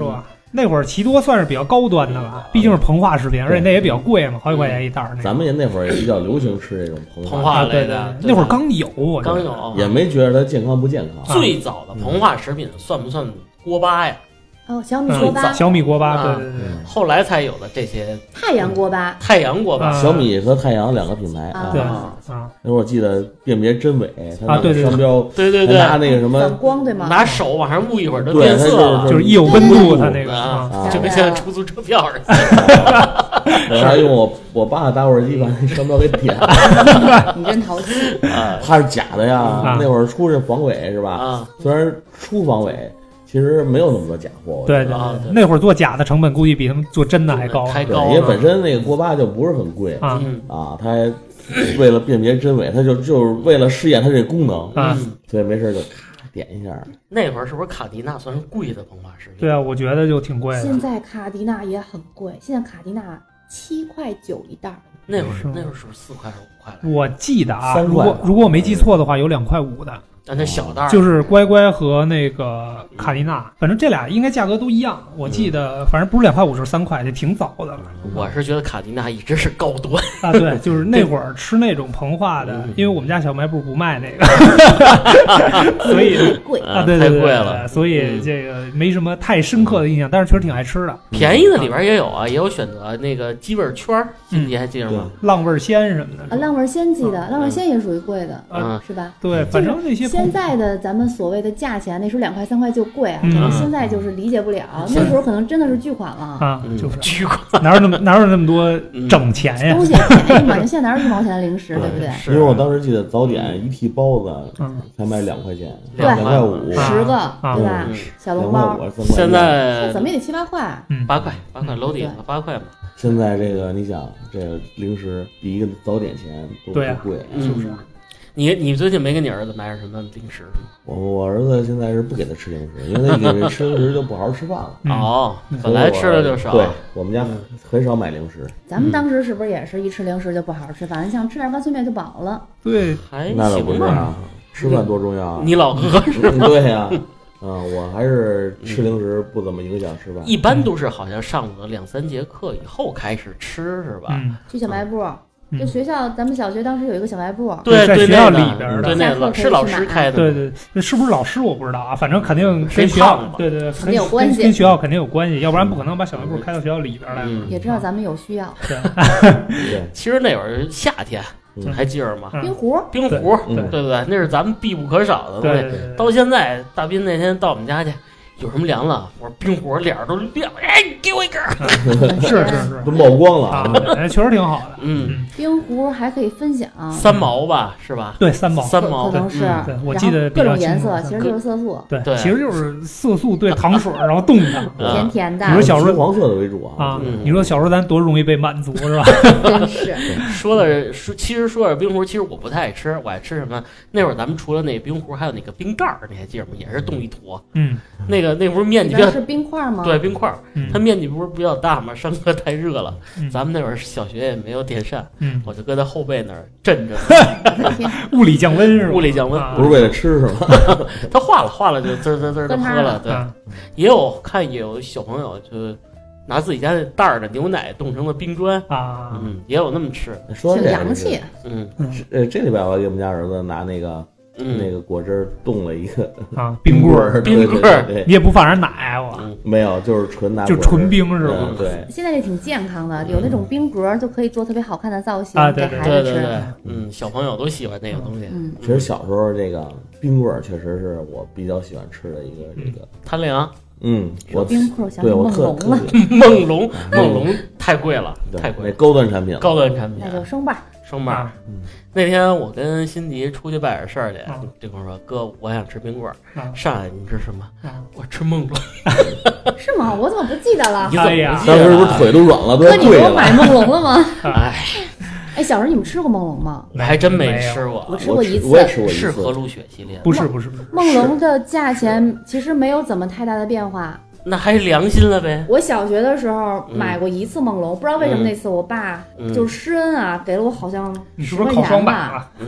那会儿奇多算是比较高端的了，毕竟是膨化食品，而且那也比较贵嘛，好几块钱一袋儿。 咱们也那会儿也比较流行吃这种膨膨化， 化类的， 那会儿刚有，我刚有， 也没觉得它健康不健康。 最早的膨化食品算不算锅巴呀？ 哦，小米锅巴， 小米锅巴，对对对对， 后来才有的这些太阳锅巴， 太阳锅巴， 小米和太阳两个品牌对啊。 啊， 那会儿我记得辨别真伪，它啊对对商标， 对对对， 拿那个什么反光对吗？ 拿手往上捂一会儿就对变色了， 就是一有温度它那个啊，就跟现在出租车票似的。 我还用我我爸打火机把那商标给点了。 你真淘气啊！ 它是假的呀， 啊那会儿出这防伪是吧？ 啊， 虽然出防伪。其实没有那么多假货， 对对啊对， 那会儿做假的成本估计比他们做真的还高， 还高， 因为本身那个锅巴就不是很贵啊啊，它还为了辨别真伪，它就就是为了试验它这功能啊， 所以没事就咔点一下。 那会儿是不是卡迪娜算是贵的膨化食品？ 对啊，我觉得就挺贵的。 现在卡迪娜也很贵，现在卡迪娜七块九一袋儿。 那会儿是吗那会儿是不是四块还是五块来着？ 我记得啊， 三块如果如果我没记错的话，有两块五的。 啊，那小袋儿就是乖乖和那个卡迪娜，反正这俩应该价格都一样。我记得，反正不是两块五，就是三块，就挺早的了。 我是觉得卡迪娜一直是高端啊。对，就是那会儿吃那种膨化的，因为我们家小卖部不卖那个，所以贵啊，对对对， 太贵了， 所以这个没什么太深刻的印象，但是确实挺爱吃的。 便宜的里边也有啊，也有选择那个鸡味圈儿，你还记得吗？ 浪味仙什么的啊，浪味仙记得，浪味仙也属于贵的， 嗯， 是吧？ 对，反正那些现在的咱们所谓的价钱，那时候两块三块就贵啊，可嗯能现在就是理解不了，那时候可能真的是巨款了啊，就是巨款， 哪有那么哪有那么多整钱呀？ 东西也便宜嘛，现在哪有一毛钱的零食，对不对？ 因为我当时记得早点一屉包子才卖两块钱，两块五， 十个对吧？小笼包， 现在怎么也得七八块， 八块八块楼底子八块嘛。 现在这个你想，这个零食比一个早点钱都不贵， 是不是？ 你你最近没给你儿子买点什么零食吗？ 我我儿子现在是不给他吃零食，因为他给他吃零食就不好好吃饭了。 哦，本来吃的就少。 对，我们家很少买零食。 咱们当时是不是也是一吃零食就不好好吃饭？你想吃点干脆面就饱了。 对， 还那倒不是啊，吃饭多重要啊！ 你老哥是吧？ 对呀。嗯，我还是吃零食不怎么影响吃饭。 一般都是好像上了两三节课以后开始吃，是吧？ 嗯、 去小卖部，就学校，咱们小学当时有一个小卖部， 对， 在学校里边的， 对，那个是老师开的， 对对，那是不是老师我不知道啊，反正肯定跟学校，对对， 肯定有关系， 跟学校肯定有关系，要不然不可能把小卖部开到学校里边来。 也知道咱们有需要。 对， 其实那会儿夏天。还记着吗？ 冰壶， 冰壶，对对对，那是咱们必不可少的东西。到现在，大斌那天到我们家去，有什么凉了？我说冰壶，脸都亮，哎，给我一根。 是是是， 都冒光了啊！哎，确实挺好的。 嗯， 冰壶还可以分享， 三毛吧，是吧？ 对，三毛， 三毛可能是。 对，我记得各种颜色，其实就是色素。 对，其实就是色素兑糖水，然后冻它， 甜甜的。 你说小时候黄色的为主啊？ 啊，你说小时候咱多容易被满足是吧？ 真是。 说的说，其实说点冰壶，其实我不太爱吃，我爱吃什么？那会儿咱们除了那冰壶，还有那个冰盖儿，你还记得吗？也是冻一坨。 嗯， 那个那不是面积比较是冰块吗？ 对，冰块儿， 嗯、 它面积不是比较大吗？上课太热了，嗯、咱们那会儿小学也没有电扇， 嗯、 我就搁在后背那儿震着， 物理降温是吧？ 物理降温， 不是为了吃是吗？ 它化了，化了就滋滋滋就喝了。对， 啊、 也有看也有小朋友就拿自己家那袋儿的牛奶冻成了冰砖啊， 嗯，也有那么吃， 说挺洋气。 嗯， 呃，这礼拜我给我们家儿子拿那个。 嗯、 那个果汁冻了一个啊冰棍儿， 冰棍儿， 你也不放点奶我、 嗯、 没有，就是纯拿就纯冰是吧？ 嗯、对， 现在这挺健康的，有那种冰格就可以做特别好看的造型、 啊、 给孩子吃。 对对对，嗯，小朋友都喜欢那个东西。 嗯， 其实小时候这个冰棍儿确实是我比较喜欢吃的一个这个贪凉。 嗯，我冰棍想对我特特梦龙，梦龙太贵了，太贵， 那高端产品， 高端产品， 那就生棒。 生棒， 嗯， 那天我跟辛迪出去办点事儿去，这跟我说：“哥，我想吃冰棍儿。”上来你吃什么？我吃梦龙。 是吗？我怎么不记得了？ 你怎么不记得？ 当时不是腿都软了，都哥，你给我买梦龙了吗？ 哎， 哎，小时候你们吃过梦龙吗？ 我还真没吃过， 我吃过一次， 我也吃过一次。 是和路雪系列？ 不是不是不是。 梦龙的价钱其实没有怎么太大的变化。 那还是良心了呗。 我小学的时候买过一次梦龙， 嗯、 不知道为什么那次我爸就施恩啊， 嗯、 给了我好像你是不是考双百了？ 嗯，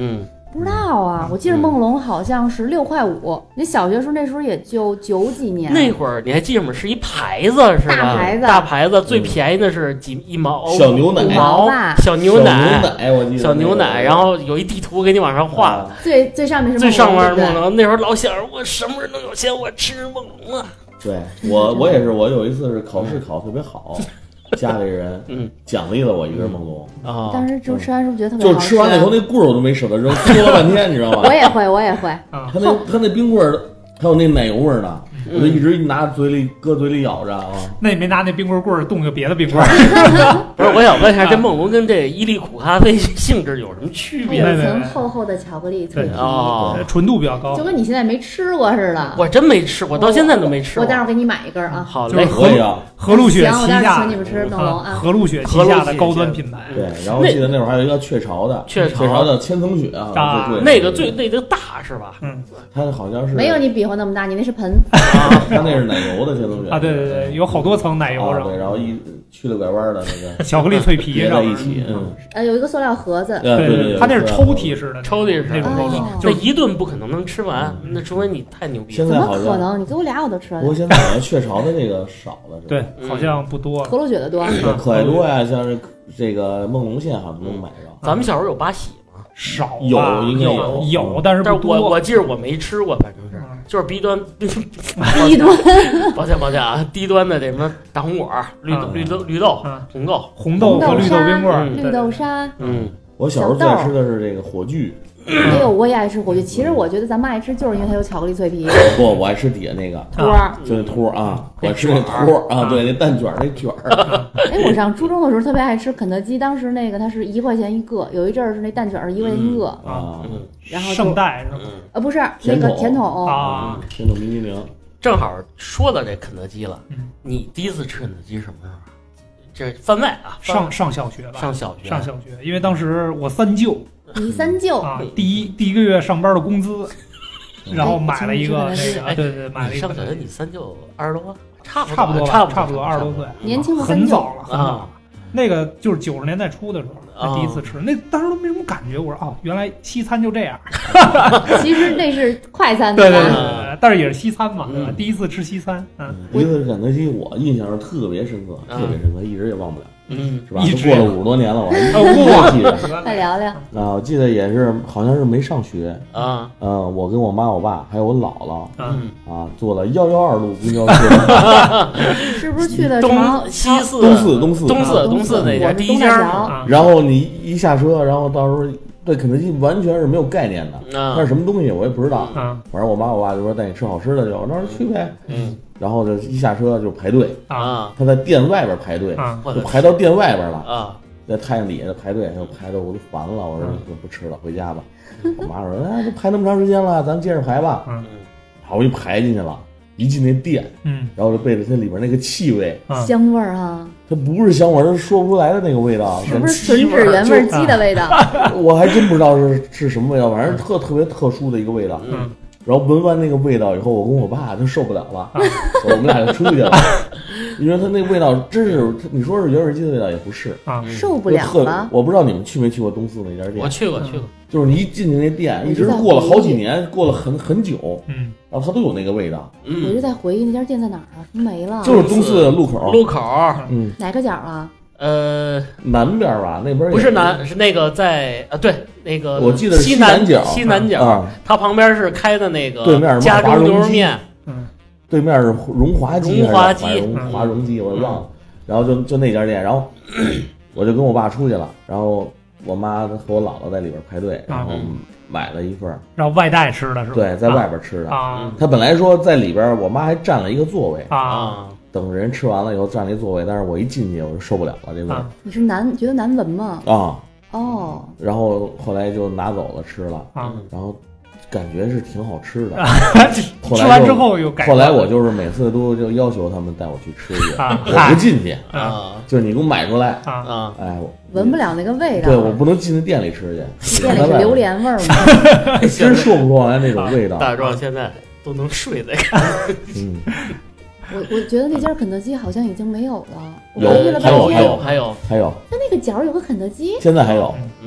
不知道啊，我记得梦龙好像是六块五。你小学时候那时候也就九几年， 那会儿你还记得吗？是一牌子是吧？ 大牌子， 大牌子最便宜的是几一毛， 小牛奶五毛吧， 小牛奶， 小牛奶，我记得小牛奶，然后有一地图给你往上画， 啊最最上面是最上面梦龙。那时候老想我什么时候能有钱，我吃梦龙啊。 对我我也是，我有一次是考试考得特别好，家里人嗯奖励了我一根梦龙啊。 当时就吃完是不是觉得特别好吃？ 就吃完了以后那棍儿我都没舍得扔，搓了半天，你知道吗？ 我也会，我也会。 啊， 他那他那冰棍儿还有那奶油味儿呢，我就一直拿嘴里搁嘴里咬着啊。 那你没拿那冰棍棍儿冻个别的冰棍儿？ 不是，我想问一下，这梦龙跟这伊利苦咖啡性质有什么区别？ 有一层厚厚的巧克力脆皮， 哦呃纯度比较高就。跟你现在没吃过似的。 我真没吃过，到现在都没吃过。 我待会儿给你买一根啊。 好嘞就是， 我也要。 和路雪行，我旗下待会儿请你们吃梦龙啊。 和路雪旗下的高端品牌。 对，然后记得那会儿还有一个雀巢的， 雀巢雀巢的千层雪啊， 啊最贵的那个最那个大是吧？ 嗯它好像是没有你比划那么大，你那是盆。 它那是奶油的千层雪啊，对对对，有好多层奶油啊， 上对，，然后一曲了拐弯的那个巧克力脆皮叠在上面。 一起，嗯， 呃，有一个塑料盒子。 对对对， 它那是抽屉。 屉式的， 抽屉式的那种包装哦， 这就是一顿不可能能吃完，那除非你太牛逼了。 现在好怎么可像， 能？你给我俩我都吃了不。过现在好像雀巢的这个少了，是吧？ 对， 嗯好像不多。 和路雪的多。 对，可爱多呀，像是这个梦龙县好像都能买着。 咱们小时候有八喜吗？ 少吧有应该有有有，但是但是我不多。 我记得我没吃过，反正是嗯就是低端， 低端。 抱歉抱歉啊，低端的这什么大红果、绿豆嗯绿豆绿豆嗯红豆， 红豆和绿豆冰棍儿， 嗯绿豆沙。 嗯， 我小时候最爱吃的是这个火炬， 哎呦，我也爱吃火炬。其实我觉得咱们爱吃，就是因为它有巧克力脆皮不，我爱吃底下那个， 托儿。 就那托儿啊，我爱吃那托儿啊，对，那蛋卷儿那卷儿。 哎，我上初中的时候特别爱吃肯德基，当时那个它是一块钱一个，有一阵儿是那蛋卷儿一块钱一个， 啊， 嗯然后就圣代是吧？ 嗯， 呃不是那甜筒个甜筒， 啊， 天动冰激凌， 正好说到这肯德基了嗯， 你第一次吃肯德基是什么时候啊？这番外啊，番上外上小学吧， 上小学上小学，因为当时我三舅你三舅， 啊，第一第一个月上班的工资，然后买了一个哎那个， 哎对对对，买了一个你上小学你三舅二十多，差不差不多吧， 差不差不多二十多岁， 年轻的三舅， 很早了，很早啊了。那个就是九十年代初的时候， 啊第一次吃，那当时都没什么感觉。我说哦，原来西餐就这样。 其实那是快餐对对对对吧？ 对，但是也是西餐嘛，对吧嗯？ 第一次吃西餐，嗯， 第一次肯德基，我印象是特别深刻，特别深刻，一直也忘不了， 嗯是吧？ 一直都过了五十多年了，我还一哦直记着。 快聊聊， 啊，我记得也是，好像是没上学， 啊呃，我跟我妈、我爸还有我姥姥嗯， 嗯， 啊，坐了幺幺二路公交车， 是不是去的什么东西四东四东四东四啊东四那家我是第一家东大桥嘛， 啊， 然后你一下车，然后到时候对肯德基完全是没有概念的， 啊那是什么东西我也不知道。 啊反正我妈我爸就说带你吃好吃的去，我那儿去呗。 嗯然后就一下车就排队， 啊啊他在店外边排队， 啊我的就排到店外边了， 啊在太阳底下排队，就排的我都烦了。我说不吃了，回家吧。我妈说哎，都排那么长时间了，咱接着排吧。 嗯好，我就排进去了，一进那店， 嗯然后就被它里边那个气味， 啊， 香味儿哈， 它不是香味儿，它是说不出来的那个味道。 是不是纯指原味儿鸡的味道？ 我还真不知道是是什么味道，反正特特别特殊的一个味道。 嗯然后闻完那个味道以后，我跟我爸就受不了了， 啊我们俩就出去了。因为它那个味道真是，你说是原味鸡的味道也不是， 啊受不了特了。 我不知道你们去没去过东四那家我店， 去过去过， 就是你一进去那店， 我就在一直过了好几回忆年，过了很很久， 嗯然后它都有那个味道， 我就嗯， 在回忆那家店在哪儿啊？没了， 就是东四的路口， 路口儿嗯， 哪个角啊？ 呃南边吧，那边也不是南是那个在啊对那个我记得是西西南角西南角， 啊， 它旁边是开的那个对面是加州华荣鸡牛肉面， 嗯对面是荣华鸡， 荣华鸡还是华荣华荣鸡，我也忘了。然后就就那家店，然后我就跟我爸出去了，然后我妈和我姥姥在里边排队，然后买了一份儿， 让外带吃的是吧？ 对，在外边吃的。 啊他本来说在里边，我妈还占了一个座位， 啊啊， 等人吃完了以后占了一座位，但是我一进去我就受不了了这味儿啊你是难觉得难闻吗？ 啊， 哦， 然后后来就拿走了吃了， 啊！ 然后感觉是挺好吃的。后吃来就完之后又改后观。 来我就是每次都就要求他们带我去吃去， 啊我不进去， 啊啊就是你给我买出来， 啊啊， 哎，我闻不了那个味道。 对，我不能进那店里吃去， 店里是榴莲味儿吗？ 真说不出来那种味道。 大壮现在都能睡在看， 嗯， 我我觉得那家肯德基好像已经没有了。我有回忆了还有半天， 还有还有， 还有它那个角儿有个肯德基。 现在还有， 嗯，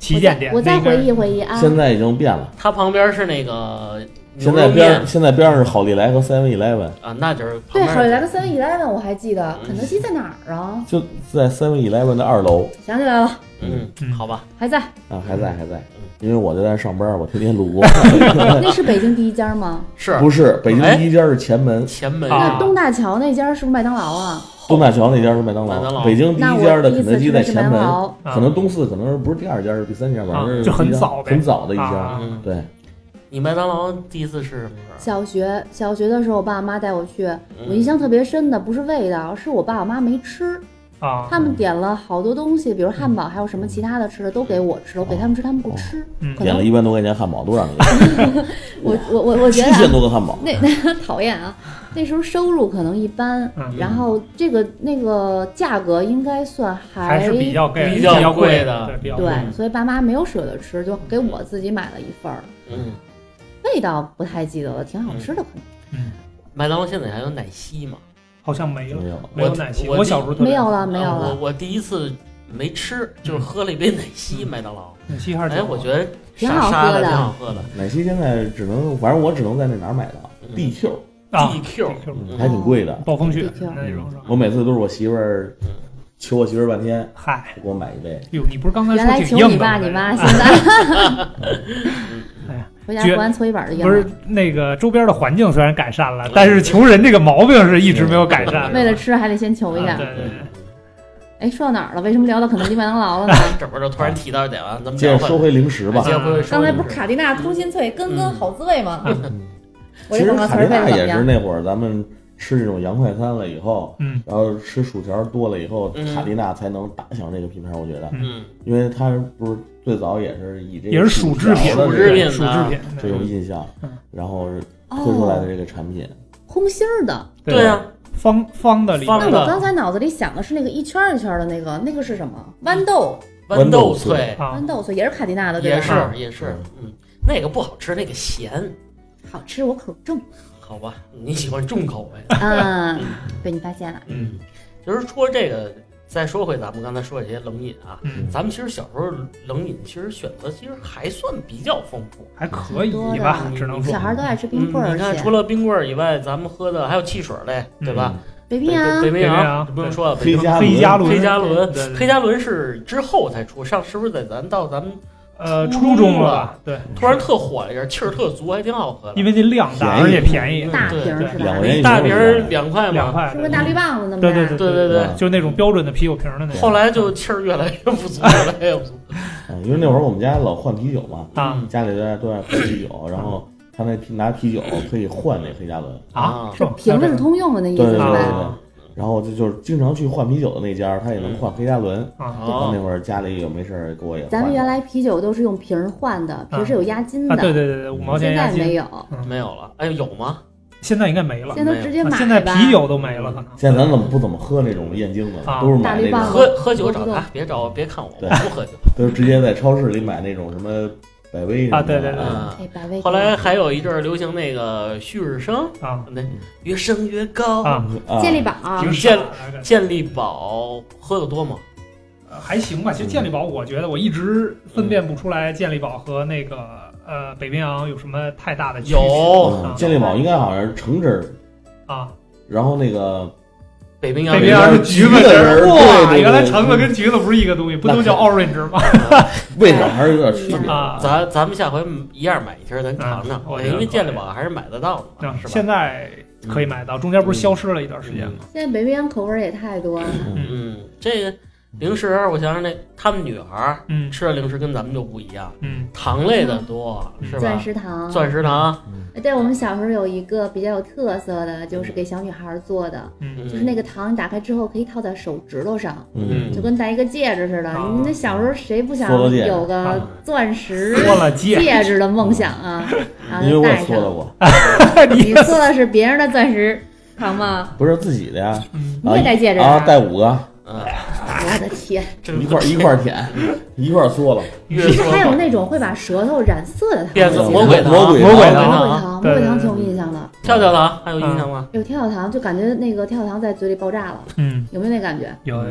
旗舰店。 我再回忆忆， 回忆啊， 现在已经变了， 它旁边是那个牛现在肉面边现在边上是好利来和 seven eleven， 啊，那就是旁对， 边好利来的 seven eleven 我还记得，肯德基在哪儿啊？ 就在 seven eleven 的二楼想起来了， 嗯， 嗯好吧， 还在。 啊，还在还在，因为我就在那上班，我天天路过。 那是北京第一家吗？ 是不是北京第一家是前门， 前门啊那东大桥那家是不是麦当劳啊？ 东大桥那家是麦当劳， 麦当劳北京第那一家我第一的肯德基次吃的是麦在前门， 当劳。 啊可能东四可能是不是第二家是第三家，反正是就很第一家早呗很早的一家啊。 嗯， 对， 你麦当劳第一次吃什么时候？ 小学小学的时候，我爸妈带我去， 嗯我印象特别深的不是味道，是我爸我妈没吃， 啊， 他们点了好多东西，比如汉堡，还有什么其他的吃的都给我吃了，我给他们吃，他们不吃。 嗯可能点了一万多块钱汉堡都让你吃， 我我我我七觉得啊千多个汉堡。 那那讨厌啊，那时候收入可能一般， 嗯然后这个那个价格应该算还还是比较贵， 比较较贵的对，比较贵。 对，所以爸妈没有舍得吃，就给我自己买了一份儿， 嗯， 味道不太记得了，挺好吃的可能。 嗯， 麦当劳现在还有奶昔吗？ 好像没了没，有， 我没有奶昔。 我我小时候特别没有了，没有啊我了， 我第一次没吃，就是喝了一杯奶昔，麦当劳。 奶昔还是哎， 挺好我觉得挺沙沙的， 好喝的挺好喝的。 奶昔现在只能，反正我只能在那哪儿买到嗯 D Q， 啊 D Q 嗯还挺贵的。 暴风雪 D Q 那种是吧？ 我每次都是我媳妇儿求我媳妇儿半天， 嗨， 给我买一杯。 哟，你不是刚才原来说挺硬的求你爸吗你妈，现在哎呀， 回家喝完搓衣板就硬不是了。 那个周边的环境虽然改善了，但是求人这个毛病是一直没有改善。 为了吃还得先求一下啊对。对对， 哎，说到哪儿了？为什么聊到肯德基、麦当劳了呢？ 这不是突然提到点了，咱们接着说回零食吧接，着回刚才不是卡迪娜通心脆，根根好滋味吗？我这其实卡迪广告词儿配的娜也是怎么样？ 那会儿咱们吃这种洋快餐了以后， 嗯然后吃薯条多了以后， 嗯卡迪娜才能打响这个品牌。我觉得， 嗯， 因为它不是最早也是以这个也是薯制品， 条的薯制品薯制品， 这种印象嗯， 然后是推出来的这个产品。 空心儿的。 对啊， 方方的里方的那我刚才脑子里想的是那个一圈儿一圈儿的那个，那个是什么？豌豆， 豌豆脆啊豌豆脆也是卡迪娜的，对吧？ 也是也是，嗯，那个不好吃，那个咸， 好吃，我口重。 好吧，你喜欢重口味。 啊，被你发现了。 嗯，就是说这个，再说回咱们刚才说这些冷饮啊， 嗯， 咱们其实小时候冷饮其实选择其实还算比较丰富。 还可以多吧， 的只能说小孩都爱吃冰棍嗯， 儿， 你看而且除了冰棍儿以外，咱们喝的还有汽水类，对吧？ 北冰洋北，北冰北冰洋洋不用说了， 黑加黑加仑黑加仑对对对黑加仑是之后才出，上是不是在咱到咱们呃初初中了了吧？对， 突然特火了一下，气儿特足，还挺好喝的。 因为这量大， 便宜而且便宜， 大对对瓶儿是吧？ 两块钱一大瓶儿瓶两块嘛， 两块， 是不是大绿棒子那么大？ 对对对对对对就那种标准的啤酒瓶的那种。 后来就气儿越来越不足，越来越不足。 嗯，因为那会儿我们家老换啤酒嘛， 啊嗯家里都爱都爱喝啤酒，然后他那啤拿啤酒可以换那黑加仑， 啊， 是是吗瓶子是通用的那意对对对对思是吧？ 对。然后就就是经常去换啤酒的那家，他也能换黑加仑。 啊， 然后那哦， 会儿家里有没事儿给我也换。 咱们原来啤酒都是用瓶儿换的，瓶儿是有押金啊， 的， 对对对对，五毛钱现押金， 在没有， 没有了。哎，有吗？ 现在应该没了。 现在都直接买吧。 啊现在啤酒都没了，可能。 现在咱怎么不怎么喝那种燕京的了， 啊都是买那大绿棒种， 喝喝酒找不动他，别找我，别看我，我对不喝酒。 都是直接在超市里买那种什么百威什么的啊对对对啊哎，百威。 后来还有一阵儿流行那个旭日升， 啊那越升越高。 啊， 啊健力宝， 挺健健力宝喝的多吗？ 呃还行吧。其实健力宝，我觉得我一直分辨不出来健力宝和那个呃北冰洋有什么太大的区别。 有嗯健力宝应该好像是橙汁儿， 啊， 然后那个北冰洋北冰洋是橘子橘子汁儿， 汁儿哇， 对对对原来橙子跟橘子不是一个东西，不都叫 orange 吗？ 味道还是有点区别。 啊， 咱咱们下回一样买一瓶，咱尝尝嗯。我觉得因为健力宝还是买得到的嘛， 啊是吧？ 现在可以买到，中间不是消失了一段时间吗？ 现在北冰洋口味儿也太多了。 嗯嗯，这个零食，我想想那他们女孩儿嗯吃的零食跟咱们就不一样， 嗯糖类的多， 嗯是吧钻？石糖， 钻石糖， 对，我们小时候有一个比较有特色的，就是给小女孩儿做的， 嗯嗯就是那个糖你打开之后可以套在手指头上， 嗯， 就跟戴一个戒指似的。 啊你那小时候谁不想缩了戒有个啊钻石说了戒， 戒指的梦想啊？然后因为我也就戴上。 说了过， 你做的是别人的钻石糖吗？ 不是自己的呀， 嗯你也戴戒指啊，戴五个， 嗯， 我的天！ 真一块儿一块儿舔，一块儿缩了。 越说其实还有那种会把舌头染色的糖， 变色我记得魔鬼糖， 魔鬼魔鬼糖糖魔鬼糖，魔对对对鬼糖挺有印象的。 跳跳糖还有印象吗？ 有跳跳糖，就感觉那个跳跳糖在嘴里爆炸了， 嗯， 有没有那感觉？ 有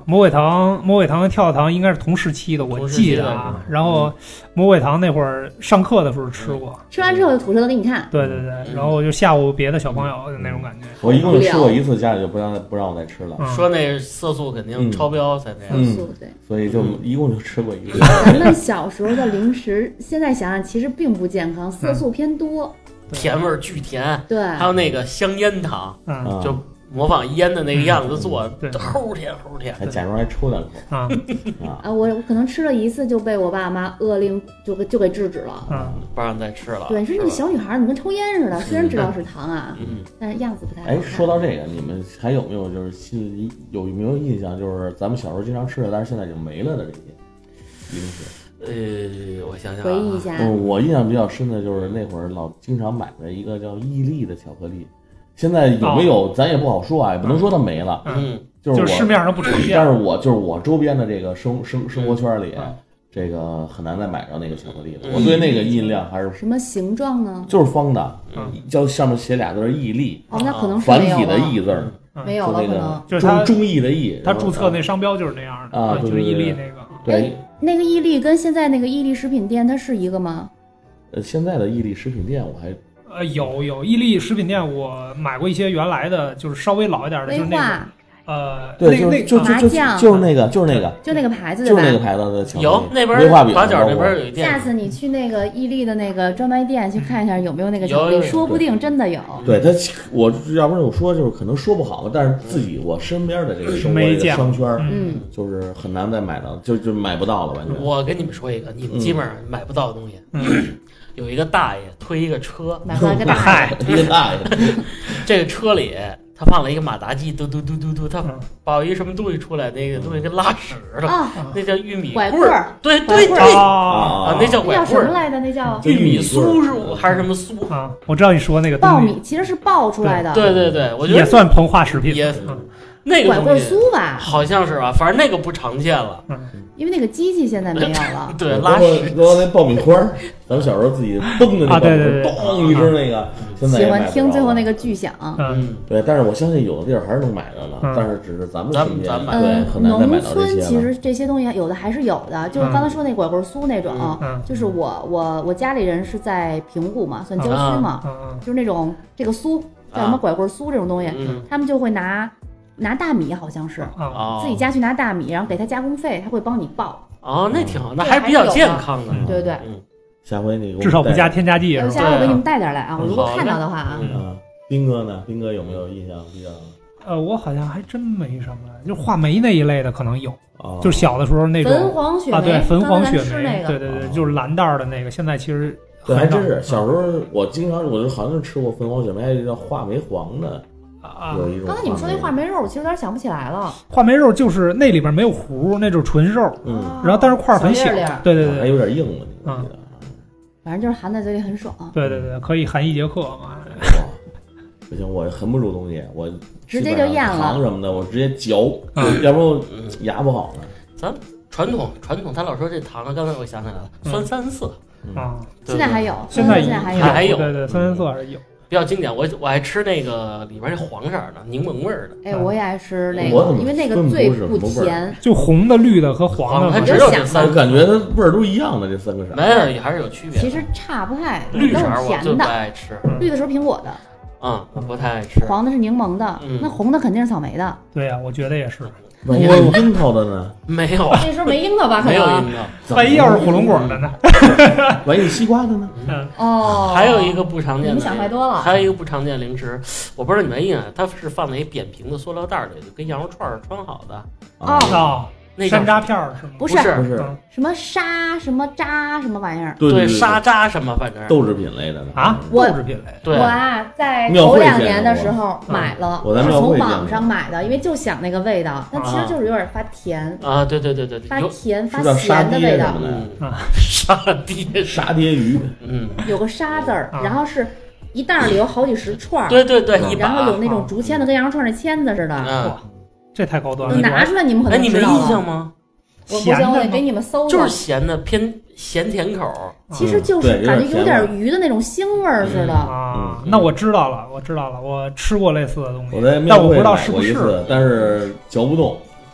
魔鬼糖，魔鬼糖跟跳跳糖应该是同时期的，我记得啊。然后魔鬼糖那会儿上课的时候吃过， 吃完之后吐舌头给你看。 对对对，然后就吓唬别的小朋友的那种感觉。 我一共就吃过一次，家里就不让不让我再吃了， 嗯、 说那色素肯定超标才那样。 嗯， 对， 所以就一共就吃过一次。 咱们小时候的零食，现在想想其实并不健康，色素偏多， 甜味儿巨甜。 对， 还有那个香烟糖， 嗯， 就。模仿烟的那个样子做，齁甜齁甜， 还假装还抽两口啊啊！我我可能吃了一次就被我爸妈勒令就给就给制止了， 啊， 不让再吃了。 对，说那小女孩怎么跟抽烟似的？虽然知道是糖啊， 嗯， 但是样子不太好。 哎，说到这个，你们还有没有就是新有没有印象？就是咱们小时候经常吃的，但是现在已经没了的这些零食？ 呃，我想想， 回忆一下。 嗯，我印象比较深的就是那会儿老经常买的一个叫伊利的巧克力。现在有没有、哦、咱也不好说啊，也不能说它没了。 嗯， 就是就是市面上不常见。 但是我就是我周边的这个生生生活圈里，嗯、这个很难再买着那个巧克力了。嗯、我对那个印象还是什么形状呢？ 就是方的， 嗯， 叫上面写俩字毅力。 哦，那可能是繁体的毅字儿， 没有了，可能就是它中义的义。 它注册那商标就是那样的啊， 就是伊利那个。 对， 那个伊利跟现在那个伊利食品店它是一个吗？ 呃，现在的伊利食品店我还。 呃，有有伊利食品店，我买过一些原来的，就是稍微老一点的，就是那个呃， 对， 那那就就就就是那个，就是那个， 就那个牌子， 就是那个牌子的巧克力。 有那边威化饼， 八角那边有一店。 下次你去那个伊利的那个专卖店去看一下有没有那个巧克力，说不定真的有。 对他，我要不然我说就是可能说不好，但是自己我身边的这个生活这个商圈， 嗯， 就是很难再买到，就就买不到了，完全。 我跟你们说一个，你们基本上买不到的东西。 嗯。 有一个大爷推一个车， 买了一个大爷， 一个大爷， 这个车里他放了一个马达机，嘟嘟嘟嘟嘟，他爆一什么东西出来，那个东西跟拉屎似的，那叫玉米棍儿，对对对，啊，那叫拐棍儿， 那叫什么来的？那叫玉米酥是还是什么酥啊？我知道你说那个爆米，其实是爆出来的， 对对对，我觉得也算膨化食品， 也那个拐棍酥吧， 好像是吧，反正那个不常见了。 因为那个机器现在没有了， 对，拉屎。 说那爆米花，咱们小时候自己蹦的那个， 咚一声那个，现在喜欢听最后那个巨响。 嗯， 对，但是我相信有的地儿还是能买着的，但是只是咱们身边对很难再买到这些。 农村其实这些东西有的还是有的，就是刚才说那拐棍酥那种，就是我我我家里人是在平谷嘛，算郊区嘛，就是那种这个酥叫什么拐棍酥这种东西，他们就会拿。拿大米好像是， 哦、 自己家去拿大米，然后给他加工费，他会帮你报。 哦，那挺好，那还比较健康的。 对对， 嗯， 下回你至少不加添加剂。 下回我给你们带点来啊，我如果看到的话啊。 嗯，斌哥呢？斌哥有没有印象比较？ 呃，我好像还真没什么，就话梅那一类的可能有，就小的时候那种粉黄雪梅啊，对，粉黄雪梅， 对对对，就是蓝袋的那个，现在其实对还真是小时候我经常我就好像是吃过粉黄雪梅，还有叫话梅黄的。 啊， 刚才你们说那话梅肉，我其实有点想不起来了。 话梅肉就是那里边没有核，那就是纯肉， 嗯， 然后但是块很小，对对对， 还有点硬了， 嗯， 反正就是含在嘴里很爽。 对对对，可以含一节课嘛。 不行，我含不住东西，我直接就咽了。 糖什么的，我直接嚼，要不然牙不好呢。 咱传统传统，他老说这糖，刚才我想起来了，酸三色啊， 现在还有， 现在现在还有， 还有， 对对，酸三色还是有。 比较经典，我我爱吃那个里边那黄色的柠檬味儿的。 哎，我也爱吃那个，因为那个最不甜。 就红的、绿的和黄的， 它只有这三个，我感觉它味儿都一样的，这三个色。 没有，也还是有区别。 其实差不太， 绿色我最不爱吃， 绿的是苹果的， 嗯，我不太爱吃。 黄的是柠檬的，那红的肯定是草莓的。 对呀，我觉得也是。 万一有樱桃的呢？ 没有， 那时候没樱桃吧？ 没有樱桃。万一要是火龙果的呢？ 万一西瓜的呢？ 哦， 还有一个不常见的， 你们想太多了。 还有一个不常见零食，我不知道你们印象，它是放在一扁平的塑料袋里，跟羊肉串穿好的。 哦。山楂片是吗？ 不是不是什么沙什么渣什么玩意儿？ 对沙渣什么，反正豆制品类的啊，豆制品类。 对， 我啊在头两年的时候买了， 我是从网上买的，因为就想那个味道，它其实就是有点发甜啊，对对对对， 发甜发咸的味道。 啊，沙爹沙爹鱼， 嗯， 有个沙字儿，然后是一袋里有好几十串， 对对对， 然后有那种竹签的，跟羊肉串那签子似的。 哇， 这太高端了！ 拿出来你们可能哎，你没印象吗？ 我不行，我得给你们搜。 就是咸的，偏咸甜口， 其实就是感觉有点鱼的那种腥味儿似的啊。那我知道了，我知道了，我吃过类似的东西， 我在但我不知道是不是。 但是嚼不动，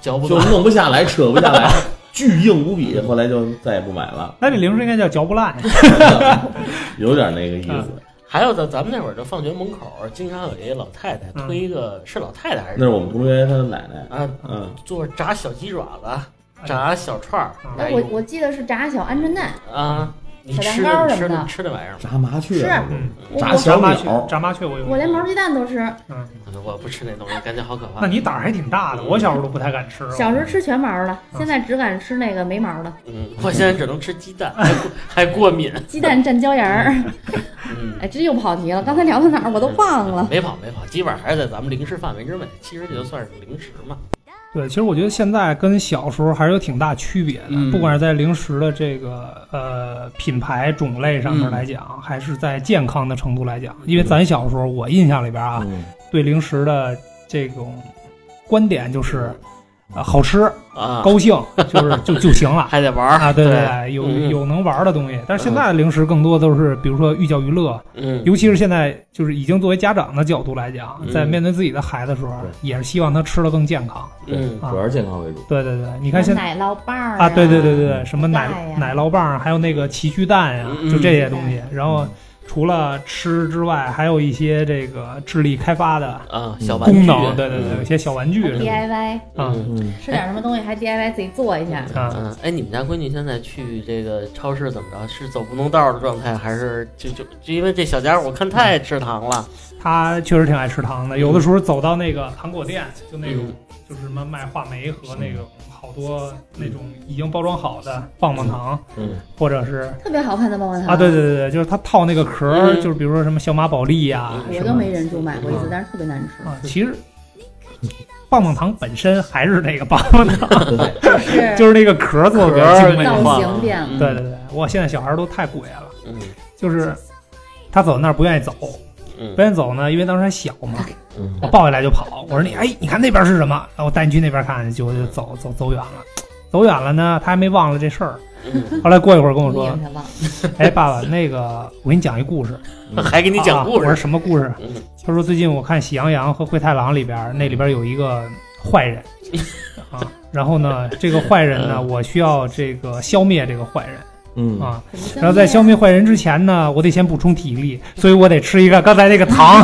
嚼不就弄不下来，吃不下来，巨硬无比，后来就再也不买了。 那这零食应该叫嚼不烂， 有点那个意思。 还有在咱们那会儿，就放学门口经常有一个老太太推一个，是老太太还是？ 那是我们同学他的奶奶啊，嗯，做炸小鸡爪子、炸小串儿。 哎，我我记得是炸小鹌鹑蛋啊。你吃的吃的吃的玩意儿， 炸麻雀是， 炸小鸟， 炸麻雀我有， 我连毛鸡蛋都吃。 嗯，我不吃那东西，感觉好可怕。 那你胆儿还挺大的，我小时候都不太敢吃。 小时候吃全毛的，现在只敢吃那个没毛的。 嗯，我现在只能吃鸡蛋，还过还过敏。 鸡蛋蘸椒盐儿。嗯，哎，这又跑题了，刚才聊到哪儿我都忘了。 没跑没跑，基本上还是在咱们零食范围之内。其实这就算是零食嘛。 对，其实我觉得现在跟小时候还是有挺大区别的， 嗯、 不管是在零食的这个呃品牌种类上面来讲、嗯，还是在健康的程度来讲。因为咱小时候，我印象里边啊，嗯、对零食的这种观点就是，呃，好吃啊， 高兴，就是就就行了， 还得玩啊，对对对，有、嗯、有能玩的东西。但是现在的零食更多都是，比如说寓教于乐， 嗯， 尤其是现在就是已经作为家长的角度来讲，嗯、在面对自己的孩子的时候，也是希望他吃的更健康， 嗯， 啊、 主要是健康为主。 对对对，你看现在奶酪棒啊， 啊，对对对对，什么奶奶酪棒，还有那个奇趣蛋呀、 嗯， 就这些东西，然后。除了吃之外，还有一些这个智力开发的啊小玩具功能，对对对，有些小玩具 D I Y 啊， 嗯， 吃点什么东西还 D I Y 自己做一下啊。嗯，哎，你们家闺女现在去这个超市怎么着？是走不动道的状态，还是就就就因为这小家伙我看太爱吃糖了？ 他确实挺爱吃糖的，有的时候走到那个糖果店，就那种、嗯、就是什么卖话梅和那个好多那种已经包装好的棒棒糖， 嗯， 或者是特别好看的棒棒糖啊，对对对对，就是他套那个壳、嗯，就是比如说什么小马宝莉呀、啊， 我都没忍住买过一次，但是特别难吃啊。其实棒棒糖本身还是那个棒棒糖， 就是就是那个壳做的精美造型变了。 对对对，哇，现在小孩都太鬼了， 嗯， 就是他走到那儿不愿意走。 嗯、 不愿意走呢，因为当时还小嘛， 嗯、 我抱下来就跑。我说你，哎，你看那边是什么？然后我带你去那边看，就就走走走远了。走远了呢，他还没忘了这事儿。 嗯、 后来过一会儿跟我说，哎，爸爸，那个我给你讲一故事， 还给你讲故事。 啊、我说什么故事？他说最近我看《喜羊羊和灰太狼》里边，那里边有一个坏人啊，然后呢，这个坏人呢，我需要这个消灭这个坏人。 嗯啊，然后在消灭坏人之前呢，我得先补充体力，所以我得吃一个刚才那个糖。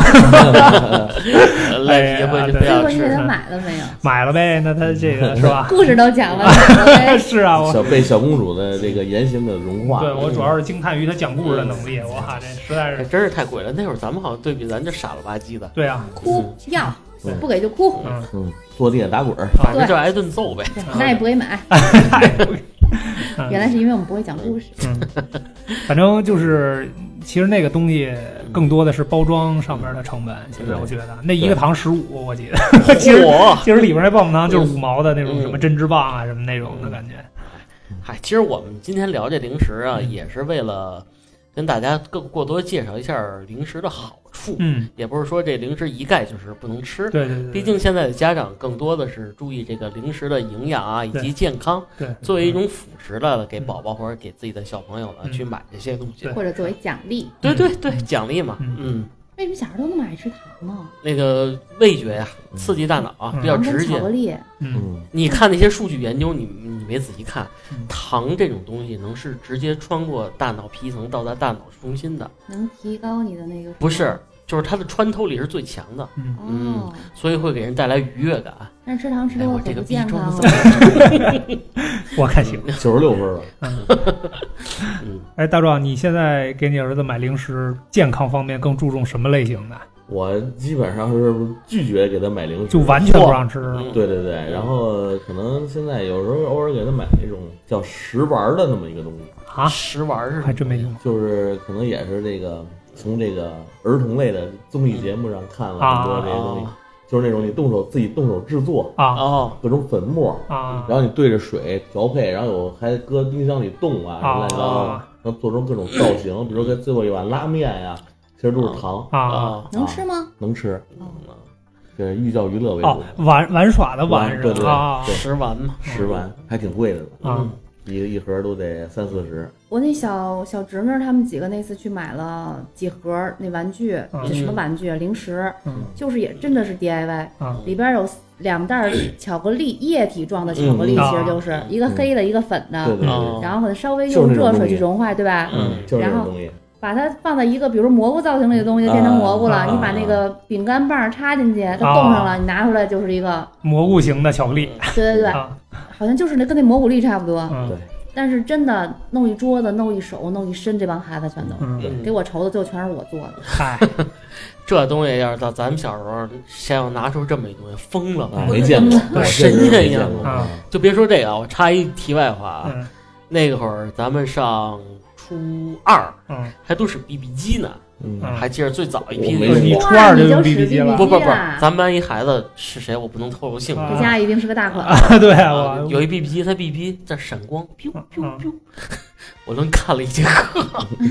赖皮回去不要吃。 最后你给他买了没有？ 买了呗，那他这个是吧？ 故事都讲了， 是啊，我小被小公主的这个言行的融化。 对我主要是惊叹于他讲故事的能力，哇，这实在是真是太贵了。那会儿咱们好像对比咱就傻了吧唧的。 对啊， 哭要不给就哭， 嗯嗯，坐地下打滚， 反正就挨顿揍呗。 那也不给买。原来是因为我们不会讲故事。 嗯，反正就是，其实那个东西更多的是包装上面的成本。现在我觉得那一个糖十五，我记得。其实其实里边那棒棒糖就是五毛的那种什么针织棒啊什么那种的感觉。 嗨，其实我们今天聊这零食啊，也是为了跟大家更过多介绍一下零食的好处。 嗯， 也不是说这零食一概就是不能吃。 对对对。 毕竟现在的家长更多的是注意这个零食的营养啊以及健康。 对。 作为一种辅食的，给宝宝或者给自己的小朋友呢、嗯、去买这些东西， 或者作为奖励。 对对对，奖励嘛。嗯。嗯为什么小孩都那么爱吃糖呢？ 那个味觉呀、啊，刺激大脑啊， 嗯、 比较直接。 巧克力。 嗯。 你看那些数据研究，你你没仔细看，嗯、糖这种东西能是直接穿过大脑皮层到达大脑中心的， 能提高你的那个。 不是，就是它的穿透力是最强的。 嗯嗯、 哦， 所以会给人带来愉悦感。 但吃糖吃多了可不健康了。 我看行， 九十六分了。 嗯，哎，大壮，你现在给你儿子买零食，健康方面更注重什么类型的？ 我基本上是拒绝给他买零食， 就完全不让吃。 对对对，然后可能现在有时候偶尔给他买那种叫食玩的那么一个东西啊， 食玩是还真没用， 就是可能也是这个从这个儿童类的综艺节目上看了很多这些东西。啊，就是那种你动手自己动手制作啊， 哦， 各种粉末啊， 然后你对着水调配，然后有还搁冰箱里冻啊，乱七八糟，然后做成各种造型，比如说最后一碗拉面呀，其实都是糖啊， 能吃吗？ 能吃，对，寓教于乐为主。 哦，玩玩耍的玩对对啊， 食玩嘛， 食玩还挺贵的啊。 一一盒都得三四十。 我那小小侄女他们几个那次去买了几盒那玩具， 嗯、 这什么玩具啊？零食， 嗯， 就是也真的是 D I Y， 嗯， 里边有两袋巧克力液体状的巧克力， 嗯、 其实就是、嗯、一个黑的，一个粉的， 对对对， 然后可能稍微用热水去融化，对吧？ 嗯，就是然后把它放在一个比如蘑菇造型里的东西，就变成蘑菇了。 啊、 你把那个饼干棒插进去，它冻上了，啊、你拿出来就是一个蘑菇型的巧克力。 对对对，啊、好像就是那跟那蘑菇粒差不多。 嗯，对。 但是真的弄一桌子，弄一手，弄一身，这帮孩子全都、 嗯、 给我愁的，就全是我做的。 嗨， 这东西要是到咱们小时候，先要拿出这么一东西，疯了， 没见过， 神仙一样啊！ 就别说这个，我插一题外话啊， 嗯、 那个会儿咱们上初二， 嗯， 还都是 B B 机呢。 嗯， 还记得最早一批， 你初二就用 B B 机了？ 不不不，咱们班一孩子是谁，我不能透露姓名。 这家一定是个大款。 啊，对啊， 我有一 B B 机，它 B B 机在闪光，biu biu biu，我能看了一节课。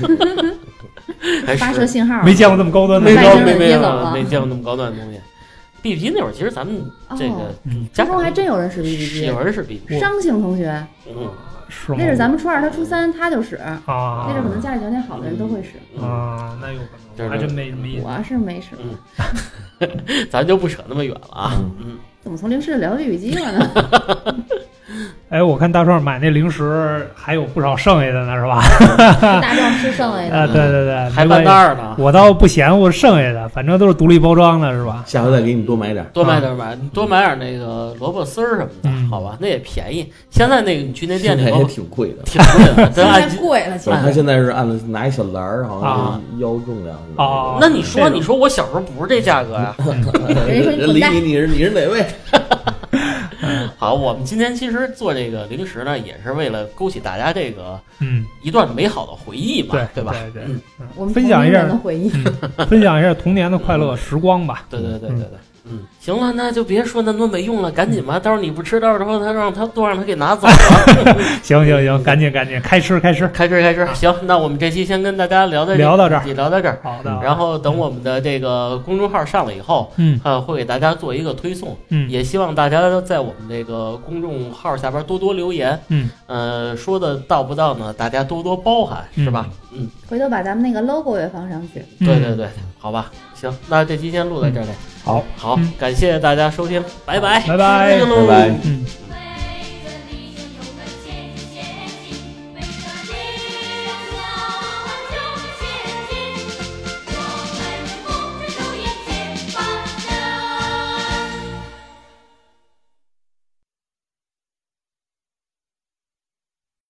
发射信号， 没见过这么高端的， 没没没没没见过那么高端的东西。B B 机那会儿，其实咱们这个初中还真有人使 B B 机， 有人使 B B 机。 商姓同学， 嗯。 是那是咱们初二，他初三他就使啊。 那阵可能家里条件好的人都会使啊，那有可能，还真没什么意思。 我是没使， 嗯，咱就不扯那么远了啊。嗯， 怎么从零食聊到 B B 机了呢？ 哎，我看大壮买那零食还有不少剩下的呢，是吧？ 大壮吃剩下的， 啊，对对对， 还半袋呢。 我倒不嫌乎剩下的，反正都是独立包装的，是吧？ 下回再给你多买点， 多买点买，多买点那个萝卜丝儿什么的，好吧？那也便宜。现在那个你去那店里也挺贵的， 挺贵的， 太贵了。 他现在是按拿一小篮儿，好像腰重量似的。 哦， 那你说，你说我小时候不是这价格呀？ 人理你，你是你是哪位？ 好，我们今天其实做这个零食呢，也是为了勾起大家这个嗯一段美好的回忆嘛， 对对吧？ 对对， 嗯， 我们分享一下回忆， 分享一下童年的快乐时光吧。 对对对对对。嗯，行了，那就别说那么没用了，赶紧吧，到时候你不吃，到时候他让他都让他给拿走了。 行行行，赶紧赶紧开吃开吃开吃开吃。行，那我们这期先跟大家聊到聊到这儿， 聊到这儿。 好的。 然后等我们的这个公众号上了以后， 嗯， 呃，会给大家做一个推送。 嗯， 也希望大家在我们这个公众号下边多多留言。 嗯， 呃，说的到不到呢，大家多多包涵，是吧？嗯， 回头把咱们那个 logo 也放上去。 对对对，好吧。行，那这期先录到这里。 好， 好，感谢大家收听，拜拜， 拜拜， 拜拜。 嗯。